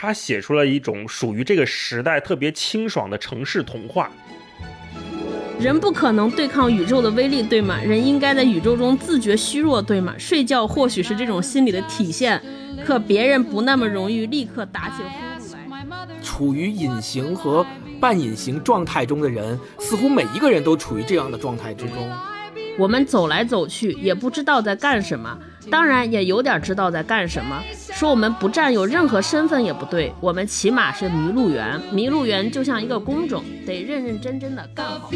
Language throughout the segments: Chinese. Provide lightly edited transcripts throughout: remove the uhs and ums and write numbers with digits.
他写出了一种属于这个时代特别清爽的城市童话。 人不可能对抗宇宙的威力，对吗？人应该在宇宙中自觉虚弱，对吗？睡觉或许是这种心理的体现，可别人不那么容易立刻打起呼噜来。 处于隐形和半隐形状态中的人，似乎每一个人都处于这样的状态之中。 我们走来走去，也不知道在干什么，当然也有点知道在干什么。说我们不占有任何身份也不对，我们起码是迷路员。迷路员就像一个工种，得认认真真的干好。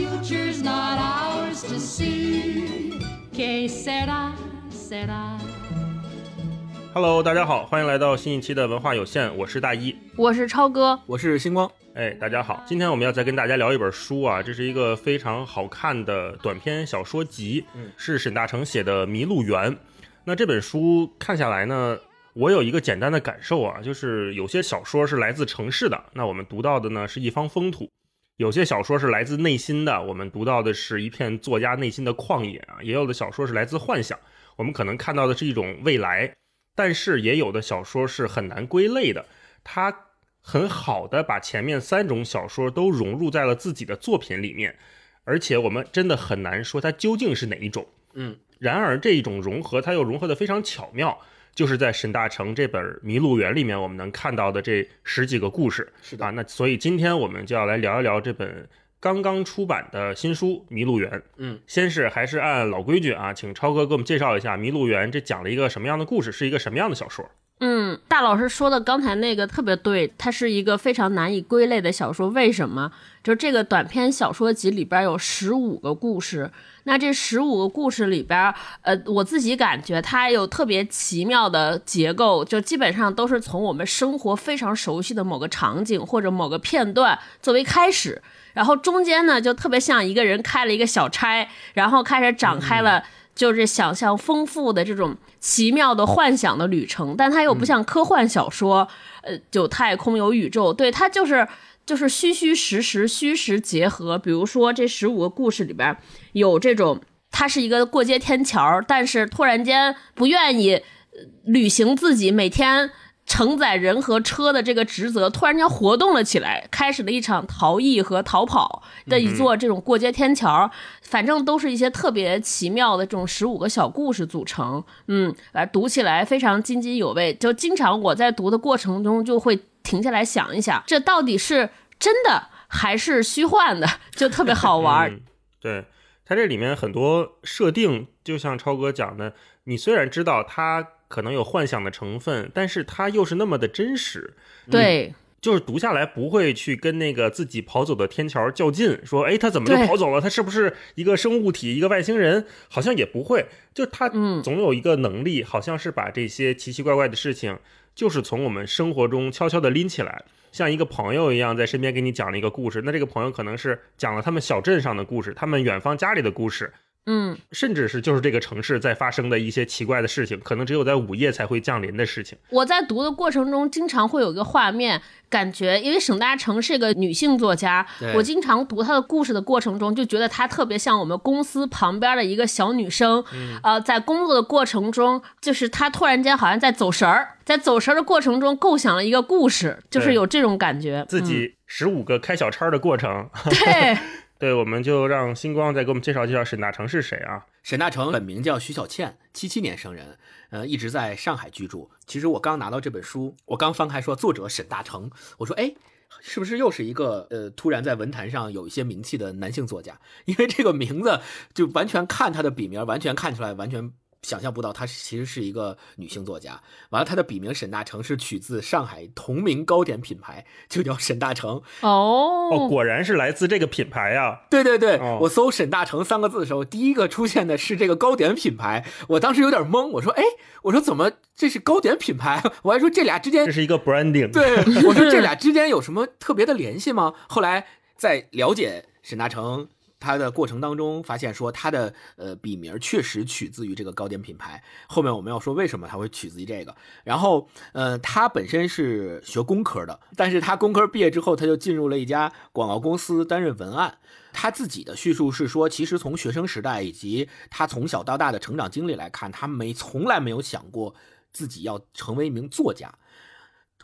Hello， 大家好，欢迎来到新一期的文化有限，我是大一， 我是超哥， 我是星光。 大家好，今天我们要再跟大家聊一本书啊，这是一个非常好看的短篇小说集，是沈大成写的《迷路园》。那这本书看下来呢，我有一个简单的感受啊，就是有些小说是来自城市的，那我们读到的呢是一方风土；有些小说是来自内心的，我们读到的是一片作家内心的旷野啊；也有的小说是来自幻想，我们可能看到的是一种未来。但是也有的小说是很难归类的，它很好的把前面三种小说都融入在了自己的作品里面，而且我们真的很难说它究竟是哪一种。然而这一种融合它又融合得非常巧妙，就是在沈大成这本《迷路园》里面我们能看到的这十几个故事。 是的那所以今天我们就要来聊一聊这本刚刚出版的新书《迷路园》。先是还是按老规矩啊，请超哥给我们介绍一下《迷路园》这讲了一个什么样的故事，是一个什么样的小说。 大老师说的刚才那个特别对，它是一个非常难以归类的小说。为什么？就这个短篇小说集里边有15个故事，那这15个故事里边我自己感觉它有特别奇妙的结构，就基本上都是从我们生活非常熟悉的某个场景或者某个片段作为开始，然后中间呢就特别像一个人开了一个小差，然后开始展开了就是想象丰富的这种奇妙的幻想的旅程。但它又不像科幻小说有太空有宇宙，对，它就是虚实结合。比如说这15个故事里边有这种它是一个过街天桥，但是突然间不愿意履行自己每天承载人和车的这个职责，突然间活动了起来，开始了一场逃逸和逃跑的一座这种过街天桥。反正都是一些特别奇妙的这种15个小故事组成。读起来非常津津有味，就经常我在读的过程中就会停下来想一想，这到底是真的还是虚幻的，就特别好玩。 对，它这里面很多设定就像超哥讲的，你虽然知道它可能有幻想的成分，但是它又是那么的真实。 对， 就是读下来不会去跟那个自己跑走的天桥较劲，说他怎么就跑走了，他是不是一个生物体，一个外星人，好像也不会。就他总有一个能力，好像是把这些奇奇怪怪的事情就是从我们生活中悄悄地拎起来，像一个朋友一样在身边给你讲了一个故事。那这个朋友可能是讲了他们小镇上的故事，他们远方家里的故事，甚至是就是这个城市在发生的一些奇怪的事情，可能只有在午夜才会降临的事情。 我在读的过程中经常会有一个画面感觉，因为沈大成是个女性作家，我经常读她的故事的过程中就觉得她特别像我们公司旁边的一个小女生。在工作的过程中，就是她突然间好像在走神儿，在走神的过程中构想了一个故事，就是有这种感觉， 自己15个开小差的过程。 对对，我们就让星光再给我们介绍介绍沈大成是谁啊？ 沈大成本名叫徐小倩，77年生人，一直在上海居住。其实我刚拿到这本书，我刚翻开说作者沈大成，我说是不是又是一个突然在文坛上有一些名气的男性作家？因为这个名字就完全看他的笔名，完全看出来，完全想象不到她其实是一个女性作家。完了，她的笔名沈大成是取自上海同名糕点品牌，就叫沈大成。 果然是来自这个品牌啊。 对，我搜沈大成3个字的时候，第一个出现的是这个糕点品牌，我当时有点懵，我说怎么这是糕点品牌？我还说这俩之间这是一个 branding。 对，我说这俩之间有什么特别的联系吗？后来在了解沈大成他的过程当中发现说他的笔名确实取自于这个糕点品牌，后面我们要说为什么他会取自于这个。然后他本身是学工科的，但是他工科毕业之后他就进入了一家广告公司担任文案。他自己的叙述是说，其实从学生时代以及他从小到大的成长经历来看，他从来没有想过自己要成为一名作家。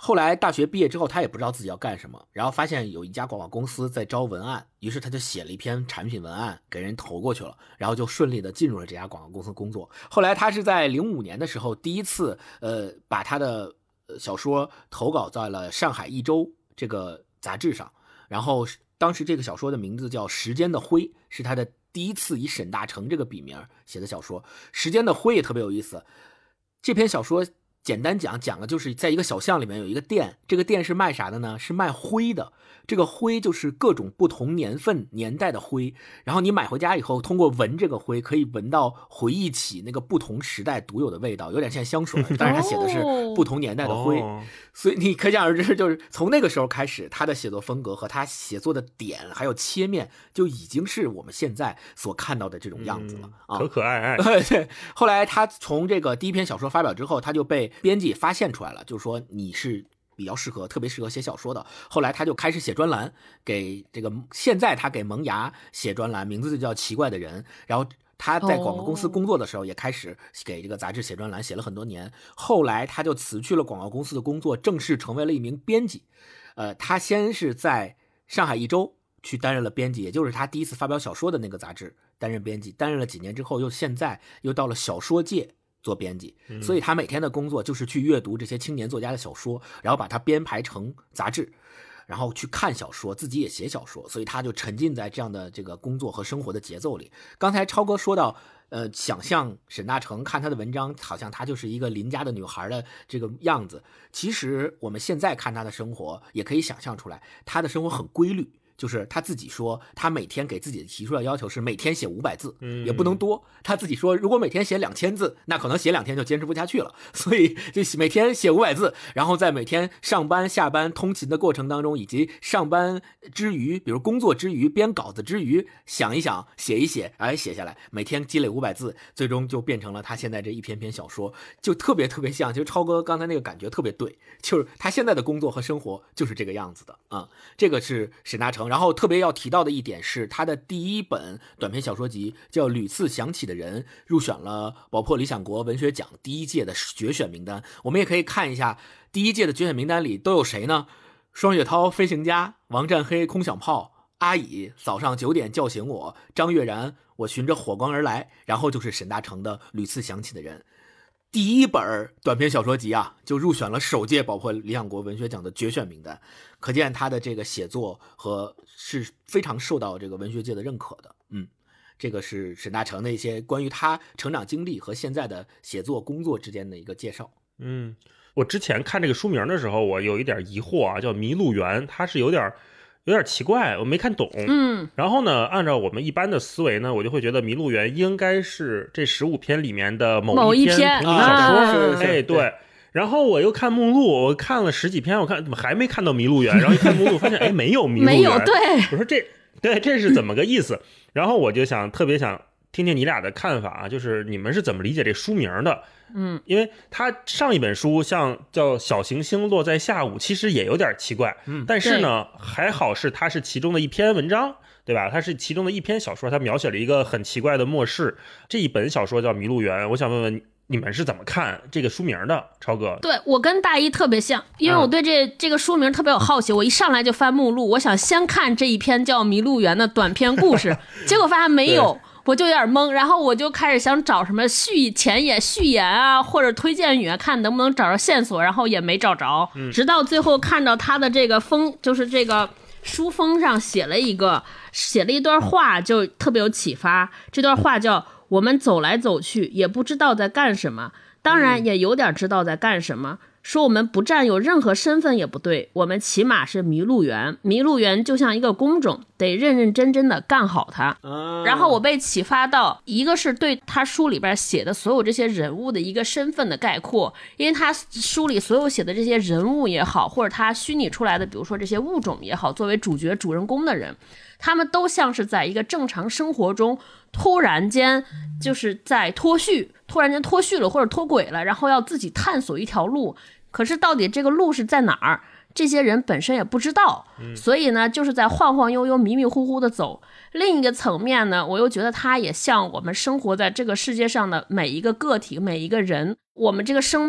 后来大学毕业之后，他也不知道自己要干什么，然后发现有一家广告公司在招文案，于是他就写了一篇产品文案给人投过去了，然后就顺利的进入了这家广告公司工作。后来他是在05年的时候第一次把他的小说投稿在了上海一周这个杂志上，然后当时这个小说的名字叫《时间的灰》，是他的第一次以沈大成这个笔名写的小说。时间的灰也特别有意思，这篇小说简单讲的就是在一个小巷里面有一个店，这个店是卖啥的呢？是卖灰的。这个灰就是各种不同年代的灰，然后你买回家以后通过闻这个灰可以闻到回忆起那个不同时代独有的味道，有点像香水，但是它写的是不同年代的灰。所以你可想而知，就是从那个时候开始，他的写作风格和他写作的点还有切面就已经是我们现在所看到的这种样子了可可爱爱。 对，后来他从这个第一篇小说发表之后，他就被编辑发现出来了，就是说你是比较特别适合写小说的。后来他就开始写专栏，给这个现在他给萌芽写专栏，名字就叫奇怪的人。然后他在广告公司工作的时候也开始给这个杂志写专栏，写了很多年。后来他就辞去了广告公司的工作，正式成为了一名编辑。他先是在上海一周去担任了编辑，也就是他第一次发表小说的那个杂志担任编辑，担任了几年之后，现在又到了小说界做编辑，所以他每天的工作就是去阅读这些青年作家的小说，然后把它编排成杂志，然后去看小说，自己也写小说，所以他就沉浸在这样的这个工作和生活的节奏里。刚才超哥说到想象沈大成看他的文章好像他就是一个邻家的女孩的这个样子，其实我们现在看他的生活也可以想象出来，他的生活很规律，就是他自己说他每天给自己提出的要求是每天写500字，也不能多。他自己说如果每天写2000字，那可能写2天就坚持不下去了，所以就每天写500字，然后在每天上班下班通勤的过程当中，以及上班之余，比如工作之余编稿子之余，想一想写一写，写下来，每天积累500字，最终就变成了他现在这一篇篇小说，就特别像，就超哥刚才那个感觉特别对，就是他现在的工作和生活就是这个样子的啊。这个是沈大成。然后特别要提到的一点是，他的第一本短篇小说集叫《屡次想起的人》，入选了宝珀理想国文学奖第1届的决选名单。我们也可以看一下第1届的决选名单里都有谁呢？双雪涛、飞行家、王占黑、空想炮、阿乙、早上9点叫醒我、张悦然、我循着火光而来，然后就是沈大成的《屡次想起的人》。第一本短篇小说集啊，就入选了首届宝珀理想国文学奖的决选名单，可见他的这个写作是非常受到这个文学界的认可的。这个是沈大成的一些关于他成长经历和现在的写作工作之间的一个介绍。 我之前看这个书名的时候，我有一点疑惑啊，叫《麋鹿园》，它是有点奇怪，我没看懂。然后呢，按照我们一般的思维呢，我就会觉得《麋鹿园》应该是这15篇里面的某一篇同名小说。对。然后我又看目录，我看了10几篇，我看怎么还没看到麋鹿园，然后一看目录发现没有麋鹿园， 没有。对， 我说这是怎么个意思？然后我就特别想听听你俩的看法啊，就是你们是怎么理解这书名的？因为他上一本书像叫《小行星落在下午》，其实也有点奇怪，但是呢，还好是它是其中的一篇文章，对吧？它是其中的一篇小说，它描写了一个很奇怪的末世。这一本小说叫《麋鹿园》，我想问问你们是怎么看这个书名的？超哥？ 对，我跟大一特别像，因为我对这个书名特别有好奇，我一上来就翻目录，我想先看这一篇叫《麋鹿园》的短篇故事，结果发现没有。我就有点懵，然后我就开始想找什么序言啊，或者推荐语啊，看能不能找着线索，然后也没找着，直到最后看到他的这个就是这个书封上写了一段话，就特别有启发。这段话叫“我们走来走去，也不知道在干什么，当然也有点知道在干什么。说我们不占有任何身份也不对，我们起码是麋鹿园。麋鹿园就像一个工种，得认认真真的干好它。然后我被启发到，一个是对他书里边写的所有这些人物的一个身份的概括，因为他书里所有写的这些人物也好，或者他虚拟出来的比如说这些物种也好，作为主角主人公的人，他们都像是在一个正常生活中突然间就是在脱序了或者脱轨了，然后要自己探索一条路，可是到底这个路是在哪儿，这些人本身也不知道，所以呢就是在晃晃悠悠迷迷糊糊的走。另一个层面呢，我又觉得它也像我们生活在这个世界上的每一个个体每一个人，我们这个生命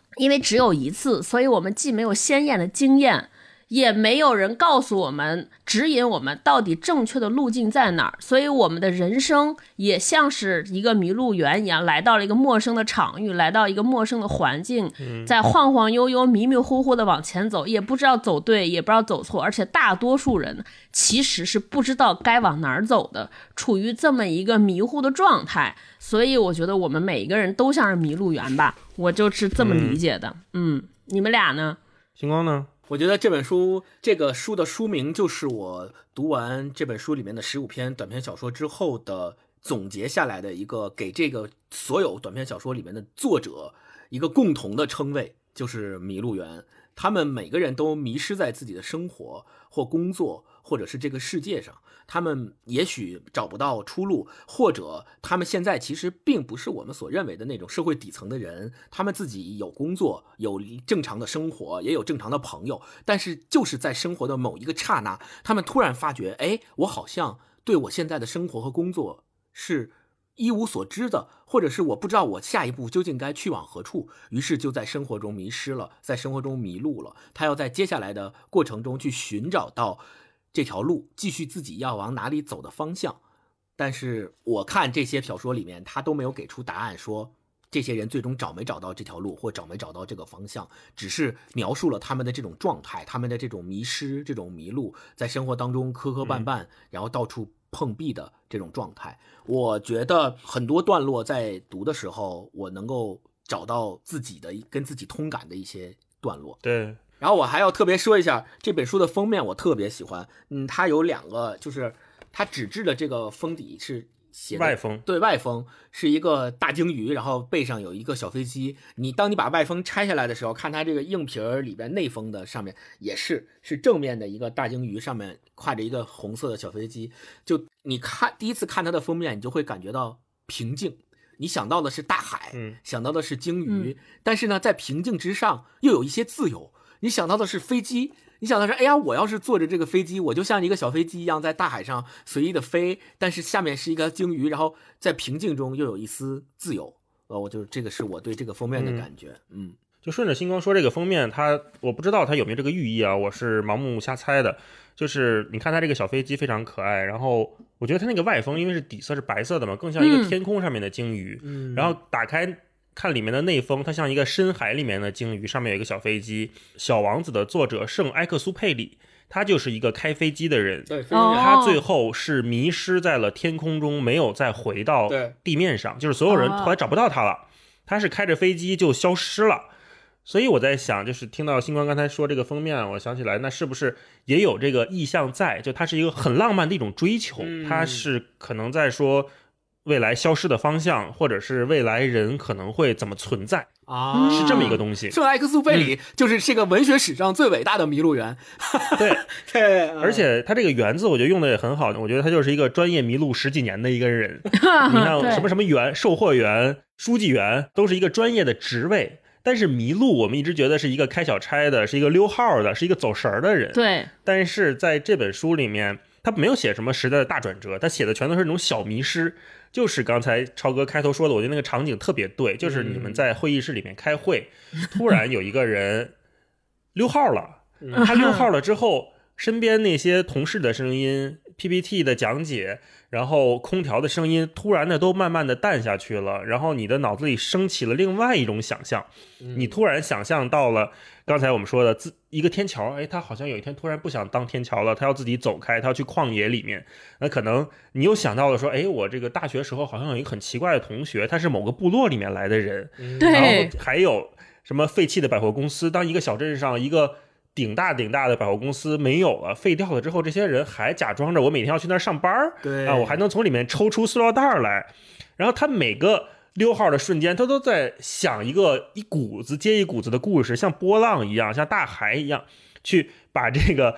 因为只有一次，所以我们既没有鲜艳的经验，也没有人告诉我们指引我们到底正确的路径在哪儿，所以我们的人生也像是一个迷路园一样，来到了一个陌生的场域，来到一个陌生的环境，在晃晃悠悠迷迷糊糊的往前走，也不知道走对也不知道走错，而且大多数人其实是不知道该往哪儿走的，处于这么一个迷糊的状态。所以我觉得我们每一个人都像是迷路园吧，我就是这么理解的。你们俩呢？ 星光呢？ 我觉得这本书，这个书的书名就是我读完这本书里面的15篇短篇小说之后的总结下来的一个，给这个所有短篇小说里面的作者一个共同的称谓，就是迷路园。他们每个人都迷失在自己的生活或工作或者是这个世界上，他们也许找不到出路，或者他们现在其实并不是我们所认为的那种社会底层的人，他们自己有工作，有正常的生活，也有正常的朋友，但是就是在生活的某一个刹那，他们突然发觉，哎，我好像对我现在的生活和工作是一无所知的，或者是我不知道我下一步究竟该去往何处，于是就在生活中迷失了，在生活中迷路了。他要在接下来的过程中去寻找到这条路，继续自己要往哪里走的方向。但是我看这些小说里面，他都没有给出答案，说这些人最终找没找到这条路，或找没找到这个方向，只是描述了他们的这种状态，他们的这种迷失，这种迷路，在生活当中磕磕绊绊，然后到处碰壁的这种状态。我觉得很多段落在读的时候，我能够找到自己的跟自己通感的一些段落。 对。 然后我还要特别说一下这本书的封面，我特别喜欢。它有2个，就是它纸质的这个封底是写的外封， 对，外封是一个大鲸鱼，然后背上有一个小飞机。当你把外封拆下来的时候，看它这个硬皮里边内封的上面也是正面的一个大鲸鱼，上面挎着一个红色的小飞机。就你第一次看它的封面，你就会感觉到平静。你想到的是大海，想到的是鲸鱼，但是呢，在平静之上又有一些自由。你想到的是飞机，你想到是，哎呀，我要是坐着这个飞机，我就像一个小飞机一样在大海上随意的飞，但是下面是一个鲸鱼，然后在平静中又有一丝自由。我就这个是我对这个封面的感觉。 就顺着星光说这个封面，我不知道它有没有这个寓意啊，我是盲目瞎猜的。就是你看它这个小飞机非常可爱，然后我觉得它那个外封因为是底色是白色的嘛，更像一个天空上面的鲸鱼。然后打开看里面的内封，它像一个深海里面的鲸鱼，上面有一个小飞机。小王子的作者圣埃克苏佩里，他就是一个开飞机的人， 对， 他最后是迷失在了天空中，没有再回到地面上，就是所有人后来找不到他了，他是开着飞机就消失了。所以我在想，就是听到星光刚才说这个封面，我想起来，那是不是也有这个意象在？就它是一个很浪漫的一种追求，它是可能在说未来消失的方向，或者是未来人可能会怎么存在啊，是这么一个东西。 圣埃克苏佩里就是这个文学史上最伟大的迷路园。 对对， 而且他这个园字我觉得用的也很好，我觉得他就是一个专业迷路10几年的一个人。你看什么什么员、售货员、书记员，都是一个专业的职位。但是迷路我们一直觉得是一个开小差的，是一个溜号的，是一个走神的人。 对， 但是在这本书里面他没有写什么时代的大转折，他写的全都是那种小迷失。就是刚才超哥开头说的，我觉得那个场景特别对，就是你们在会议室里面开会，突然有一个人溜号了，他溜号了之后，身边那些同事的声音、PPT 的讲解，然后空调的声音突然的都慢慢的淡下去了，然后你的脑子里升起了另外一种想象，你突然想象到了刚才我们说的一个天桥，哎，他好像有一天突然不想当天桥了，他要自己走开，他要去旷野里面。那可能你又想到了说，哎，我这个大学时候好像有一个很奇怪的同学，他是某个部落里面来的人，然后还有什么废弃的百货公司，当一个小镇上一个顶大的百货公司没有了，废掉了之后，这些人还假装着我每天要去那儿上班， 对啊，我还能从里面抽出塑料袋来。然后他每个溜号的瞬间，他都在想一股子接一股子的故事，像波浪一样，像大海一样，去把这个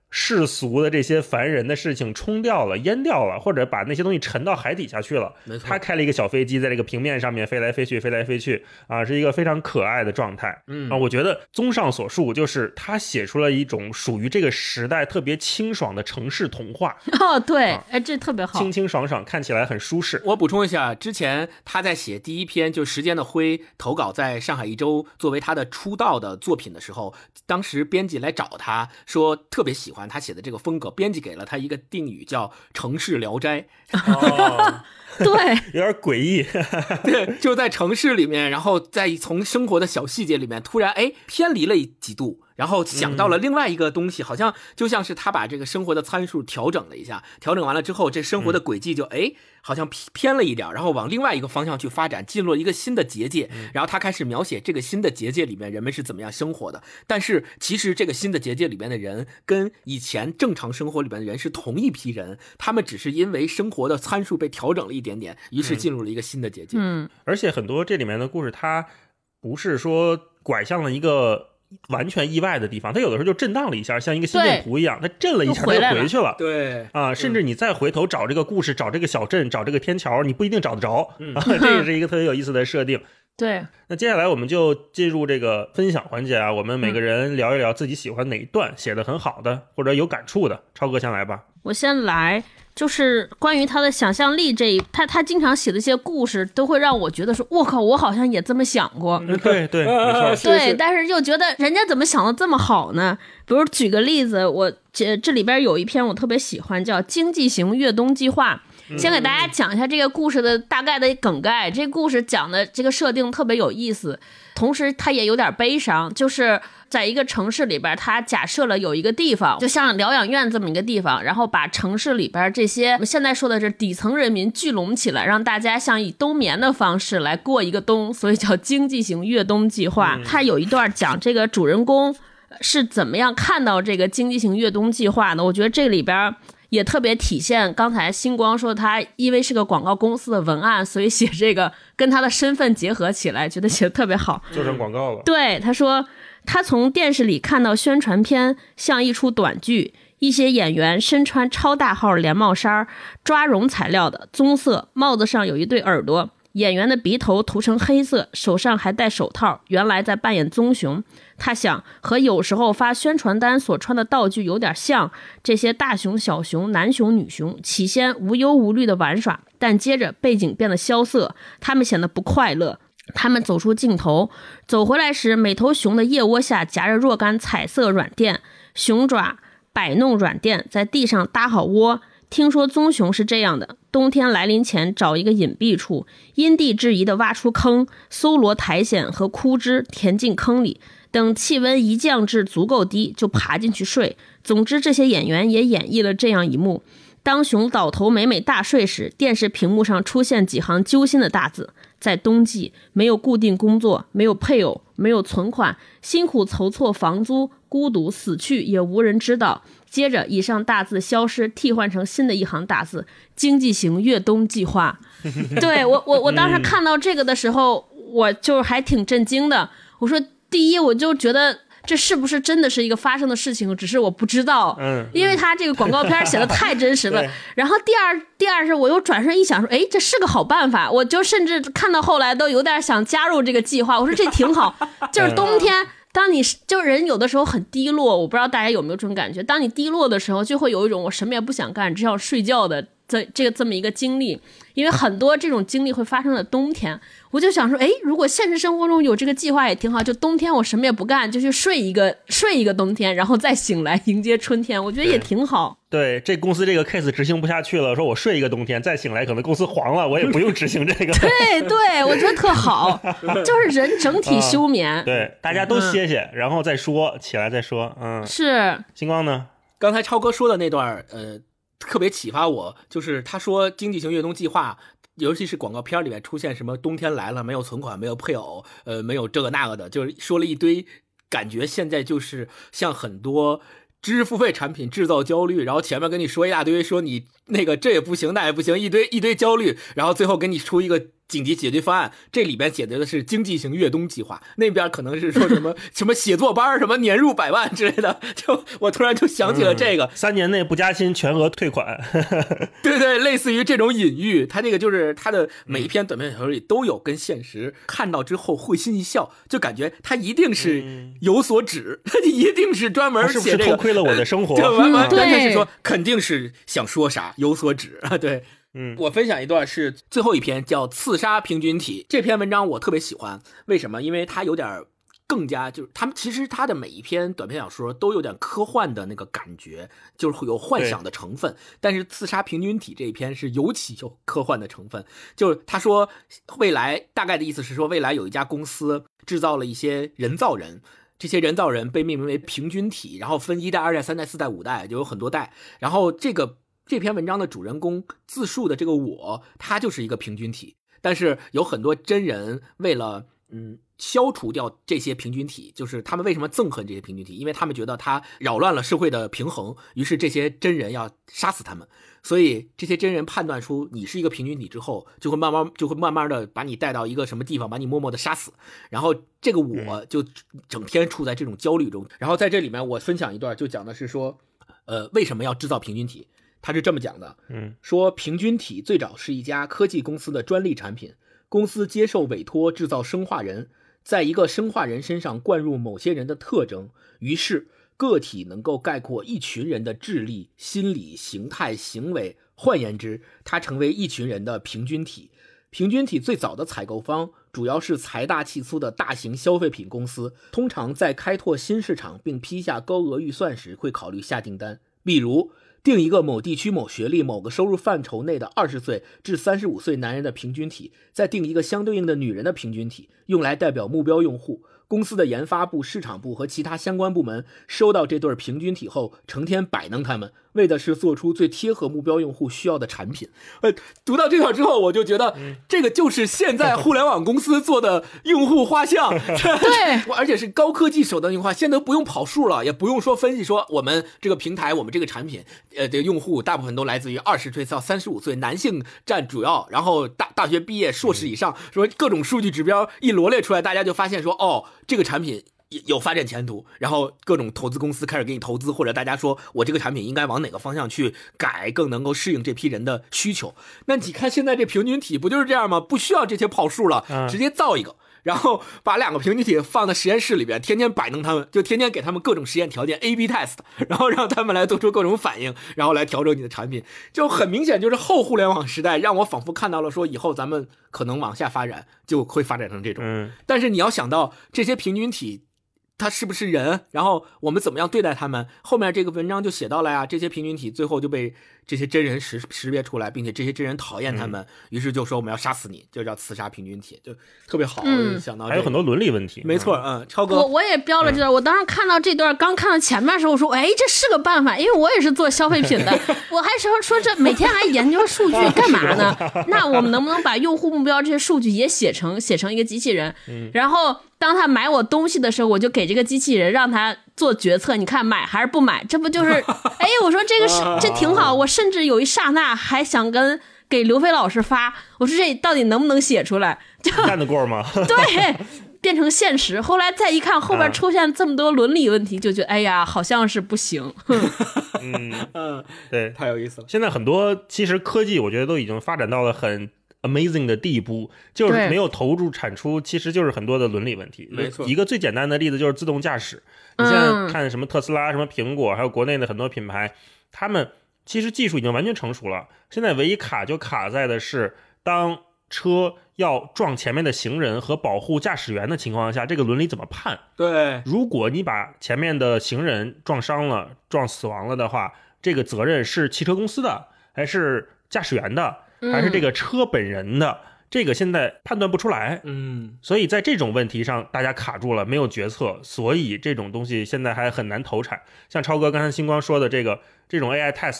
世俗的这些凡人的事情冲掉了、淹掉了，或者把那些东西沉到海底下去了。 没错， 他开了一个小飞机，在这个平面上面飞来飞去，飞来飞去啊，是一个非常可爱的状态。我觉得综上所述，就是他写出了一种属于这个时代特别清爽的城市童话。 对，这特别好， 清清爽爽，看起来很舒适。 我补充一下，之前他在写第一篇就《时间的灰》投稿在上海一周作为他的出道的作品的时候，当时编辑来找他说特别喜欢他写的这个风格，编辑给了他一个定语叫城市聊斋。 对， 有点诡异。 对，就在城市里面，然后再从生活的小细节里面突然偏离了几度，然后想到了另外一个东西，好像就像是他把这个生活的参数调整了一下，调整完了之后，这生活的轨迹就好像偏了一点，然后往另外一个方向去发展，进入了一个新的结界，然后他开始描写这个新的结界里面人们是怎么样生活的。但是其实这个新的结界里面的人跟以前正常生活里面的人是同一批人，他们只是因为生活的参数被调整了一点点，于是进入了一个新的结界。 而且很多这里面的故事，它不是说拐向了一个完全意外的地方，它有的时候就震荡了一下，像一个心电图一样，它震了一下它就回去了。 对啊，甚至你再回头找这个故事，找这个小镇，找这个天桥，你不一定找得着。这也是一个特别有意思的设定。 对， 那接下来我们就进入这个分享环节啊，我们每个人聊一聊自己喜欢哪一段写得很好的或者有感触的。超哥先来吧。 我先来，就是关于他的想象力他经常写的一些故事都会让我觉得说我靠，我好像也这么想过。 对对，没错。 对，但是又觉得人家怎么想的这么好呢？比如举个例子，我这里边有一篇我特别喜欢，叫经济型越冬计划。先给大家讲一下这个故事的大概的梗概。这个故事讲的这个设定特别有意思，同时它也有点悲伤。就是在一个城市里边，它假设了有一个地方，就像疗养院这么一个地方，然后把城市里边这些我们现在说的是底层人民聚拢起来，让大家像以冬眠的方式来过一个冬，所以叫经济型越冬计划。它有一段讲这个主人公是怎么样看到这个经济型越冬计划的。我觉得这里边也特别体现刚才星光说他因为是个广告公司的文案，所以写这个跟他的身份结合起来，觉得写得特别好， 做成广告了。 对，他说他从电视里看到宣传片像一出短剧，一些演员身穿超大号连帽衫，抓绒材料的棕色，帽子上有一对耳朵，演员的鼻头涂成黑色，手上还戴手套，原来在扮演棕熊。他想和有时候发宣传单所穿的道具有点像，这些大熊小熊男熊女熊起先无忧无虑的玩耍，但接着背景变得萧瑟，他们显得不快乐。他们走出镜头，走回来时，每头熊的腋窝下夹着若干彩色软垫，熊爪摆弄软垫，在地上搭好窝。听说棕熊是这样的，冬天来临前找一个隐蔽处，因地制宜地挖出坑，搜罗苔藓和枯枝填进坑里，等气温一降至足够低，就爬进去睡。总之，这些演员也演绎了这样一幕。当熊倒头美美大睡时，电视屏幕上出现几行揪心的大字：在冬季，没有固定工作，没有配偶，没有存款，辛苦筹措房租，孤独死去也无人知道。接着以上大字消失，替换成新的一行大字：经济型越冬计划。对，我当时看到这个的时候，我就还挺震惊的。我说第一，我就觉得这是不是真的是一个发生的事情，只是我不知道。因为他这个广告片写的太真实了。然后第二是我又转身一想说，这是个好办法。我就甚至看到后来都有点想加入这个计划。我说这挺好，就是冬天当你就人有的时候很低落，我不知道大家有没有这种感觉，当你低落的时候就会有一种我什么也不想干只想睡觉的这么一个经历。因为很多这种经历会发生在冬天，我就想说如果现实生活中有这个计划也挺好，就冬天我什么也不干，就去睡一个冬天，然后再醒来迎接春天，我觉得也挺好。 对，这公司这个 case 执行不下去了，说我睡一个冬天再醒来可能公司黄了，我也不用执行这个。 对，我觉得特好，就是人整体休眠。 对，大家都歇歇，然后再说，起来再说。 是。 星光呢？ 刚才超哥说的那段特别启发我，就是他说经济型越冬计划，尤其是广告片里面出现什么冬天来了没有存款，没有配偶，没有这个那个的，就是说了一堆，感觉现在就是像很多知识付费产品制造焦虑，然后前面跟你说一大堆，说你那个这也不行那也不行，一堆焦虑，然后最后给你出一个紧急解决方案，这里边写的是经济型越冬计划，那边可能是说什么什么写作班，什么年入100万之类的，就我突然就想起了这个 ，3年内不加薪全额退款。 对，类似于这种隐喻，他这个就是他的每一篇短篇小说里都有跟现实看到之后会心一笑，就感觉他一定是有所指，他一定是专门写这个， 是不是偷窥了我的生活？ 完全是说肯定是想说啥有所指啊，对。我分享一段是最后一篇，叫《刺杀平均体》。这篇文章我特别喜欢，为什么？因为它有点更加就是其实他的每一篇短篇小说都有点科幻的那个感觉，就是会有幻想的成分。但是《刺杀平均体》这一篇是尤其有科幻的成分，就是他说未来大概的意思是说，未来有一家公司制造了一些人造人。这些人造人被命名为平均体，然后分1代、2代、3代、4代、5代，就有很多代。然后这篇文章的主人公自述的这个我，他就是一个平均体。但是有很多真人为了消除掉这些平均体，就是他们为什么憎恨这些平均体，因为他们觉得他扰乱了社会的平衡，于是这些真人要杀死他们。所以这些真人判断出你是一个平均体之后，就会慢慢的把你带到一个什么地方，把你默默的杀死。然后这个我就整天处在这种焦虑中。然后在这里面我分享一段，就讲的是说为什么要制造平均体。他是这么讲的，说平均体最早是一家科技公司的专利产品，公司接受委托制造生化人，在一个生化人身上灌入某些人的特征，于是个体能够概括一群人的智力、心理、形态、行为，换言之，它成为一群人的平均体。平均体最早的采购方主要是财大气粗的大型消费品公司，通常在开拓新市场并批下高额预算时会考虑下订单，比如定一个某地区某学历某个收入范畴内的20岁至35岁男人的平均体，再定一个相对应的女人的平均体，用来代表目标用户。公司的研发部、市场部和其他相关部门收到这对平均体后，成天摆弄他们，为的是做出最贴合目标用户需要的产品。读到这段之后，我就觉得这个就是现在互联网公司做的用户画像，对，而且是高科技手段用户画，现在都不用跑数了，也不用说分析说我们这个平台、我们这个产品，的用户大部分都来自于20岁到35岁，男性占主要，然后大学毕业、硕士以上，说各种数据指标一罗列出来，大家就发现说，哦，这个产品有发展前途，然后各种投资公司开始给你投资，或者大家说我这个产品应该往哪个方向去改，更能够适应这批人的需求。那你看现在这平均体不就是这样吗？不需要这些跑数了，直接造一个，然后把2个平均体放在实验室里边，天天摆弄他们，就天天给他们各种实验条件 A/B test， 然后让他们来做出各种反应，然后来调整你的产品。就很明显就是后互联网时代让我仿佛看到了说以后咱们可能往下发展就会发展成这种。但是你要想到这些平均体他是不是人，然后我们怎么样对待他们，后面这个文章就写到了呀，这些平均体最后就被这些真人识别出来，并且这些真人讨厌他们，于是就说我们要杀死你，就叫刺杀平均体，就特别好。我就想到、 还有很多伦理问题。 没错，超哥， 我也标了这段。我当时看到这段，刚看到前面的时候，我说，哎，这是个办法，因为我也是做消费品的，我还说这每天还研究数据干嘛呢？那我们能不能把用户目标这些数据也写成一个机器人，然后当他买我东西的时候，我就给这个机器人让他做决策，你看买还是不买，这不就是哎，我说这挺好，我甚至有一刹那还想给刘飞老师发，我说这到底能不能写出来，就干得过吗？ 对，变成现实。后来再一看后边出现这么多伦理问题，就觉得哎呀好像是不行。 对，太有意思了。 现在很多其实科技我觉得都已经发展到了很amazing 的地步，就是没有投入产出，其实就是很多的伦理问题。 没错， 一个最简单的例子就是自动驾驶。你现在看什么特斯拉、什么苹果，还有国内的很多品牌，他们其实技术已经完全成熟了。现在唯一卡就卡在的是，当车要撞前面的行人和保护驾驶员的情况下，这个伦理怎么判？ 对， 如果你把前面的行人撞伤了、撞死亡了的话，这个责任是汽车公司的，还是驾驶员的？还是这个车本人的，这个现在判断不出来。所以在这种问题上大家卡住了，没有决策，所以这种东西现在还很难投产。像超哥刚才星光说的这种 AI test，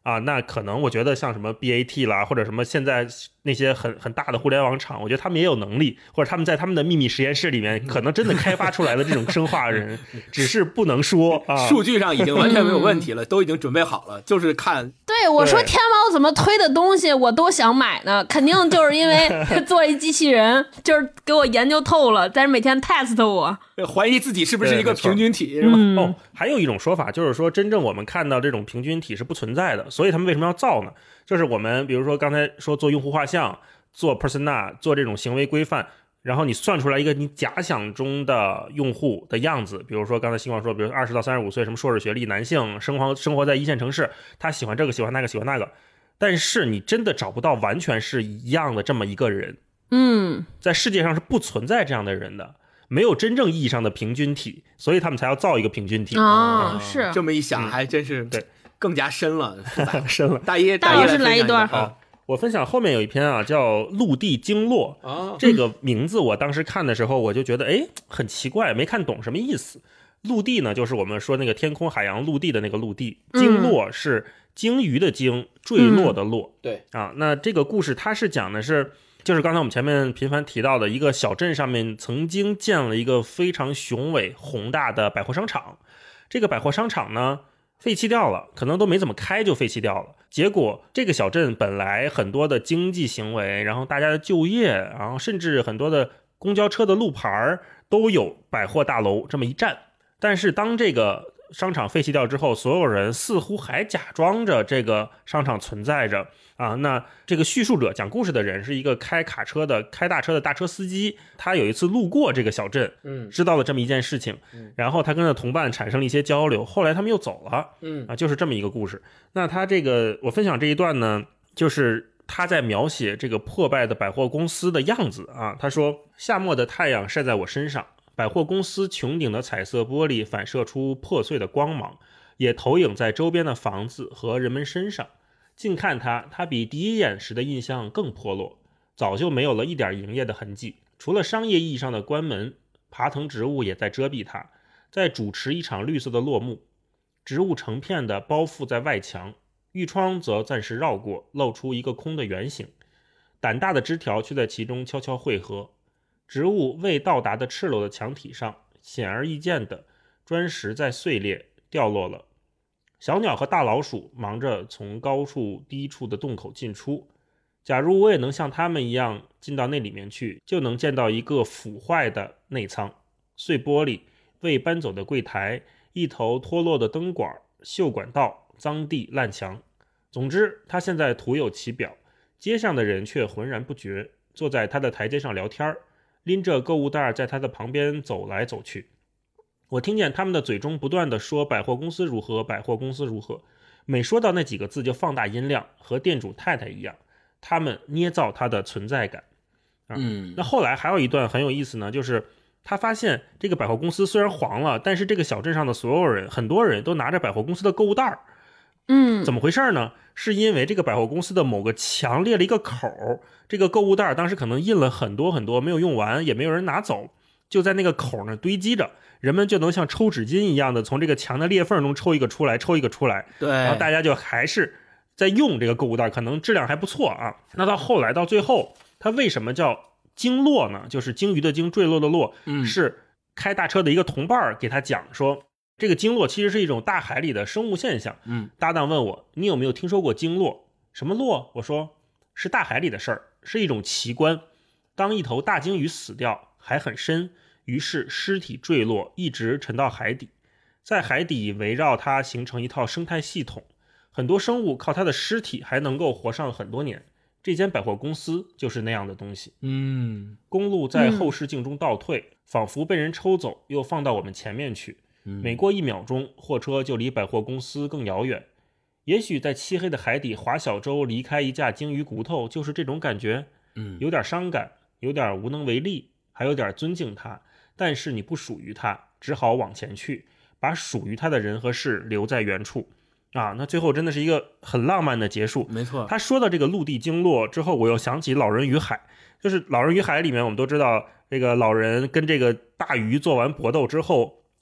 啊，那可能我觉得像什么 BAT 啦，或者什么现在那些很大的互联网厂，我觉得他们也有能力，或者他们在他们的秘密实验室里面，可能真的开发出来的这种生化人，只是不能说啊。 数据上已经完全没有问题了，都已经准备好了，就是看。 对，我说天猫怎么推的东西我都想买呢，肯定就是因为做一机器人，就是给我研究透了，在这每天 test 我， 怀疑自己是不是一个平均体，是吧？ 哦，还有一种说法就是说，真正我们看到这种平均体是不存在的，所以他们为什么要造呢？就是我们比如说刚才说做用户画像、做 persona、做这种行为规范，然后你算出来一个你假想中的用户的样子，比如说刚才星光说，比如20到35岁，什么硕士学历男性，生活在一线城市，他喜欢这个喜欢那个喜欢那个，但是你真的找不到完全是一样的这么一个人。在世界上是不存在这样的人的，没有真正意义上的平均体，所以他们才要造一个平均体。 是这么一想还真是对， 更加深了， 深了。 大爷老师来一段。 好，我分享后面有一篇啊，叫《陆地经络》。这个名字我当时看的时候，我就觉得很奇怪，没看懂什么意思。陆地呢，就是我们说那个天空、海洋、陆地的那个陆地。经络是鲸鱼的鲸，坠落的落。 对啊，那这个故事它是讲的是，就是刚才我们前面频繁提到的一个小镇上面曾经建了一个非常雄伟宏大的百货商场。这个百货商场呢，废弃掉了，可能都没怎么开就废弃掉了。结果这个小镇本来很多的经济行为，然后大家的就业，然后甚至很多的公交车的路牌都有百货大楼这么一站。但是当这个商场废弃掉之后，所有人似乎还假装着这个商场存在着啊。那这个叙述者讲故事的人是一个开大车的大车司机，他有一次路过这个小镇，知道了这么一件事情，然后他跟他同伴产生了一些交流，后来他们又走了，就是这么一个故事。那他这个我分享这一段呢，就是他在描写这个破败的百货公司的样子啊。他说，夏末的太阳晒在我身上，百货公司穹顶的彩色玻璃反射出破碎的光芒，也投影在周边的房子和人们身上。近看它比第一眼时的印象更破落，早就没有了一点营业的痕迹，除了商业意义上的关门，爬藤植物也在遮蔽它，在主持一场绿色的落幕。植物成片的包覆在外墙，玉窗则暂时绕过，露出一个空的圆形，胆大的枝条却在其中悄悄汇合。植物未到达的赤裸的墙体上，显而易见的砖石在碎裂掉落了。小鸟和大老鼠忙着从高处低处的洞口进出，假如我也能像它们一样进到那里面去，就能见到一个腐坏的内舱，碎玻璃，未搬走的柜台，一头脱落的灯管，锈管道，脏地烂墙。总之他现在徒有其表，街上的人却浑然不觉，坐在他的台阶上聊天，拎着购物袋在他的旁边走来走去。我听见他们的嘴中不断地说百货公司如何，百货公司如何，每说到那几个字就放大音量，和店主太太一样，他们捏造他的存在感。那后来还有一段很有意思呢，就是他发现这个百货公司虽然黄了，但是这个小镇上的所有人，很多人都拿着百货公司的购物袋。怎么回事呢？是因为这个百货公司的某个墙裂了一个口，这个购物袋当时可能印了很多很多，没有用完，也没有人拿走，就在那个口呢堆积着，人们就能像抽纸巾一样的从这个墙的裂缝中抽一个出来，抽一个出来。 对， 然后大家就还是在用这个购物袋，可能质量还不错啊。那到后来到最后，它为什么叫经络呢？就是鲸鱼的鲸，坠落的落，是开大车的一个同伴给他讲说，这个经络其实是一种大海里的生物现象。搭档问我，你有没有听说过经络？什么络？我说是大海里的事儿，是一种奇观。当一头大鲸鱼死掉，海很深，于是尸体坠落，一直沉到海底，在海底围绕它形成一套生态系统，很多生物靠它的尸体还能够活上很多年。这间百货公司就是那样的东西。公路在后视镜中倒退，仿佛被人抽走，又放到我们前面去。每过1秒钟，货车就离百货公司更遥远。也许在漆黑的海底划小舟，离开一架鲸鱼骨头，就是这种感觉。有点伤感，有点无能为力，还有点尊敬它，但是你不属于它，只好往前去，把属于它的人和事留在原处。那最后真的是一个很浪漫的结束。 没错， 他说到这个陆地经络之后，我又想起老人与海。就是老人与海里面，我们都知道这个老人跟这个大鱼做完搏斗之后，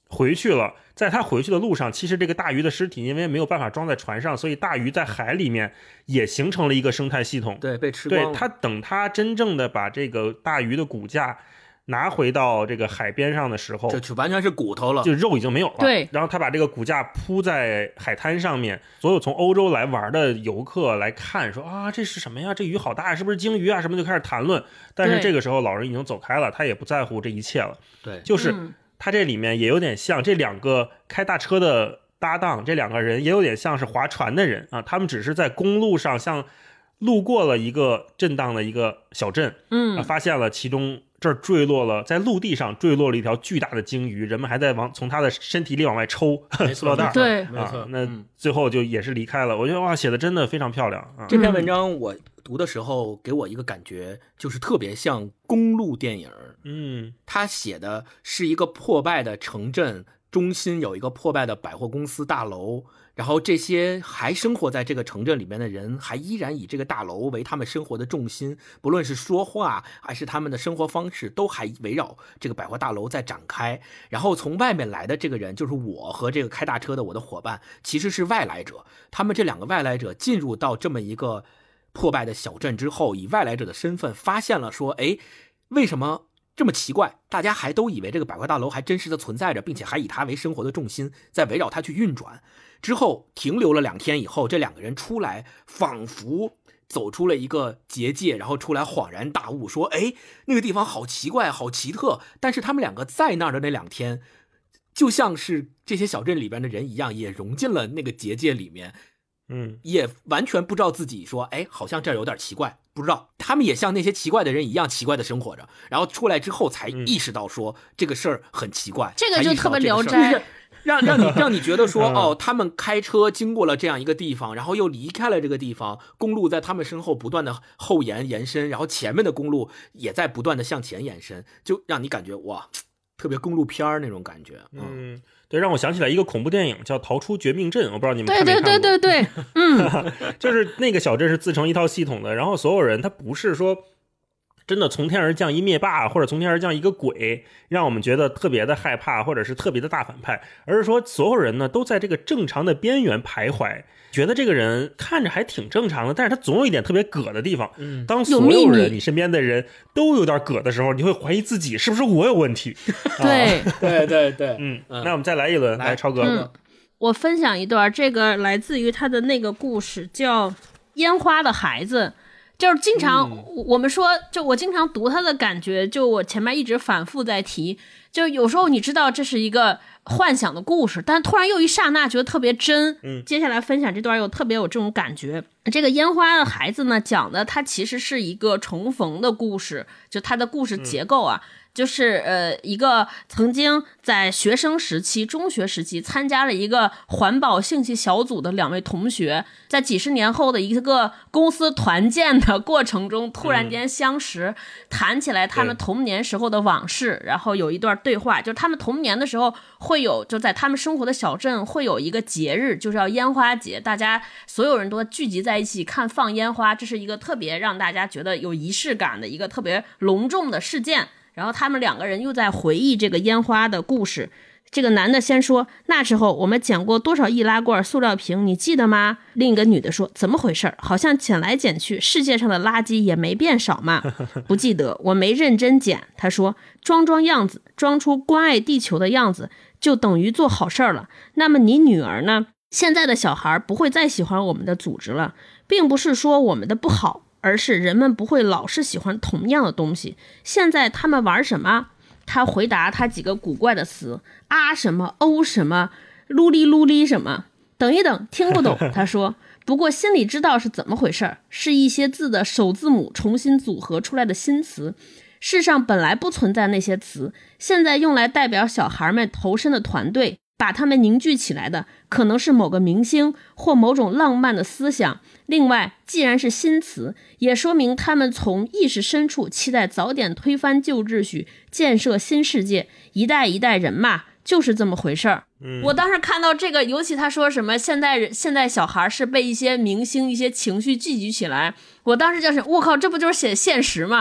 回去了。在他回去的路上，其实这个大鱼的尸体因为没有办法装在船上，所以大鱼在海里面也形成了一个生态系统。 对，被吃光了。 对，等他真正的把这个大鱼的骨架拿回到这个海边上的时候， 就完全是骨头了， 就肉已经没有了。 对， 然后他把这个骨架铺在海滩上面，所有从欧洲来玩的游客来看，说啊，这是什么呀？这鱼好大，是不是鲸鱼啊？什么就开始谈论。但是这个时候老人已经走开了，他也不在乎这一切了。 对， 就是他这里面也有点像这两个开大车的搭档，这两个人也有点像是划船的人啊，他们只是在公路上像路过了一个震荡的一个小镇，发现了其中这儿坠落了，在陆地上坠落了一条巨大的鲸鱼，人们还在从他的身体里往外抽塑料袋， 对， 没错。 那最后就也是离开了。我觉得哇，写的真的非常漂亮啊！ 这篇文章我读的时候，给我一个感觉就是特别像公路电影。他写的是一个破败的城镇，中心有一个破败的百货公司大楼，然后这些还生活在这个城镇里面的人还依然以这个大楼为他们生活的重心，不论是说话还是他们的生活方式都还围绕这个百货大楼在展开。然后从外面来的这个人，就是我和这个开大车的我的伙伴，其实是外来者。他们这两个外来者进入到这么一个破败的小镇之后，以外来者的身份发现了说，哎，为什么这么奇怪？大家还都以为这个百货大楼还真实的存在着，并且还以它为生活的重心，在围绕它去运转。之后停留了2天以后，这两个人出来，仿佛走出了一个结界，然后出来恍然大悟，说：“哎，那个地方好奇怪，好奇特。”但是他们两个在那儿的那2天，就像是这些小镇里边的人一样，也融进了那个结界里面。也完全不知道自己说，哎，好像这儿有点奇怪，不知道。他们也像那些奇怪的人一样奇怪的生活着，然后出来之后才意识到说这个事儿很奇怪。 这个就特别聊斋。 让你觉得说，哦，他们开车经过了这样一个地方，然后又离开了这个地方，公路在他们身后不断的后延伸，然后前面的公路也在不断的向前延伸，就让你感觉哇，特别公路片那种感觉。 对，让我想起来一个恐怖电影叫《逃出绝命镇》，我不知道你们看没看过。 对， 就是那个小镇是自成一套系统的，然后所有人他不是说真的从天而降一灭霸，或者从天而降一个鬼让我们觉得特别的害怕，或者是特别的大反派，而是说所有人呢都在这个正常的边缘徘徊，觉得这个人看着还挺正常的，但是他总有一点特别葛的地方。当所有人你身边的人都有点葛的时候，你会怀疑自己是不是我有问题。 对那我们再来一轮，来超哥。 我分享一段，这个来自于他的那个故事，叫《烟花的孩子》。就是经常我们说，就我经常读他的感觉，就我前面一直反复在提，就有时候你知道这是一个幻想的故事，但突然又一刹那觉得特别真。接下来分享这段又特别有这种感觉。这个烟花的孩子呢，讲的它其实是一个重逢的故事，就它的故事结构啊。就是一个曾经在学生时期、中学时期参加了一个环保兴趣小组的2位同学，在几十年后的一个公司团建的过程中突然间相识，谈起来他们童年时候的往事，然后有一段对话，就是他们童年的时候会有，就在他们生活的小镇会有一个节日，就是叫烟花节，大家所有人都聚集在一起看放烟花，这是一个特别让大家觉得有仪式感的一个特别隆重的事件。然后他们2个人又在回忆这个烟花的故事。这个男的先说，那时候我们捡过多少易拉罐、塑料瓶，你记得吗？另一个女的说，怎么回事？好像捡来捡去，世界上的垃圾也没变少嘛。不记得，我没认真捡。他说，装样子，装出关爱地球的样子，就等于做好事了。那么你女儿呢？现在的小孩不会再喜欢我们的组织了，并不是说我们的不好，而是人们不会老是喜欢同样的东西。现在他们玩什么？他回答他几个古怪的词，啊什么，欧什么，噜哩噜哩什么。等一等，听不懂。他说，不过心里知道是怎么回事，是一些字的首字母重新组合出来的新词。世上本来不存在那些词，现在用来代表小孩们投身的团队，把他们凝聚起来的可能是某个明星或某种浪漫的思想。另外，既然是新词，也说明他们从意识深处期待早点推翻旧秩序，建设新世界。一代一代人嘛，就是这么回事儿。我当时看到这个，尤其他说什么现在小孩是被一些明星一些情绪聚集起来，我当时就是我靠，这不就是写现实吗？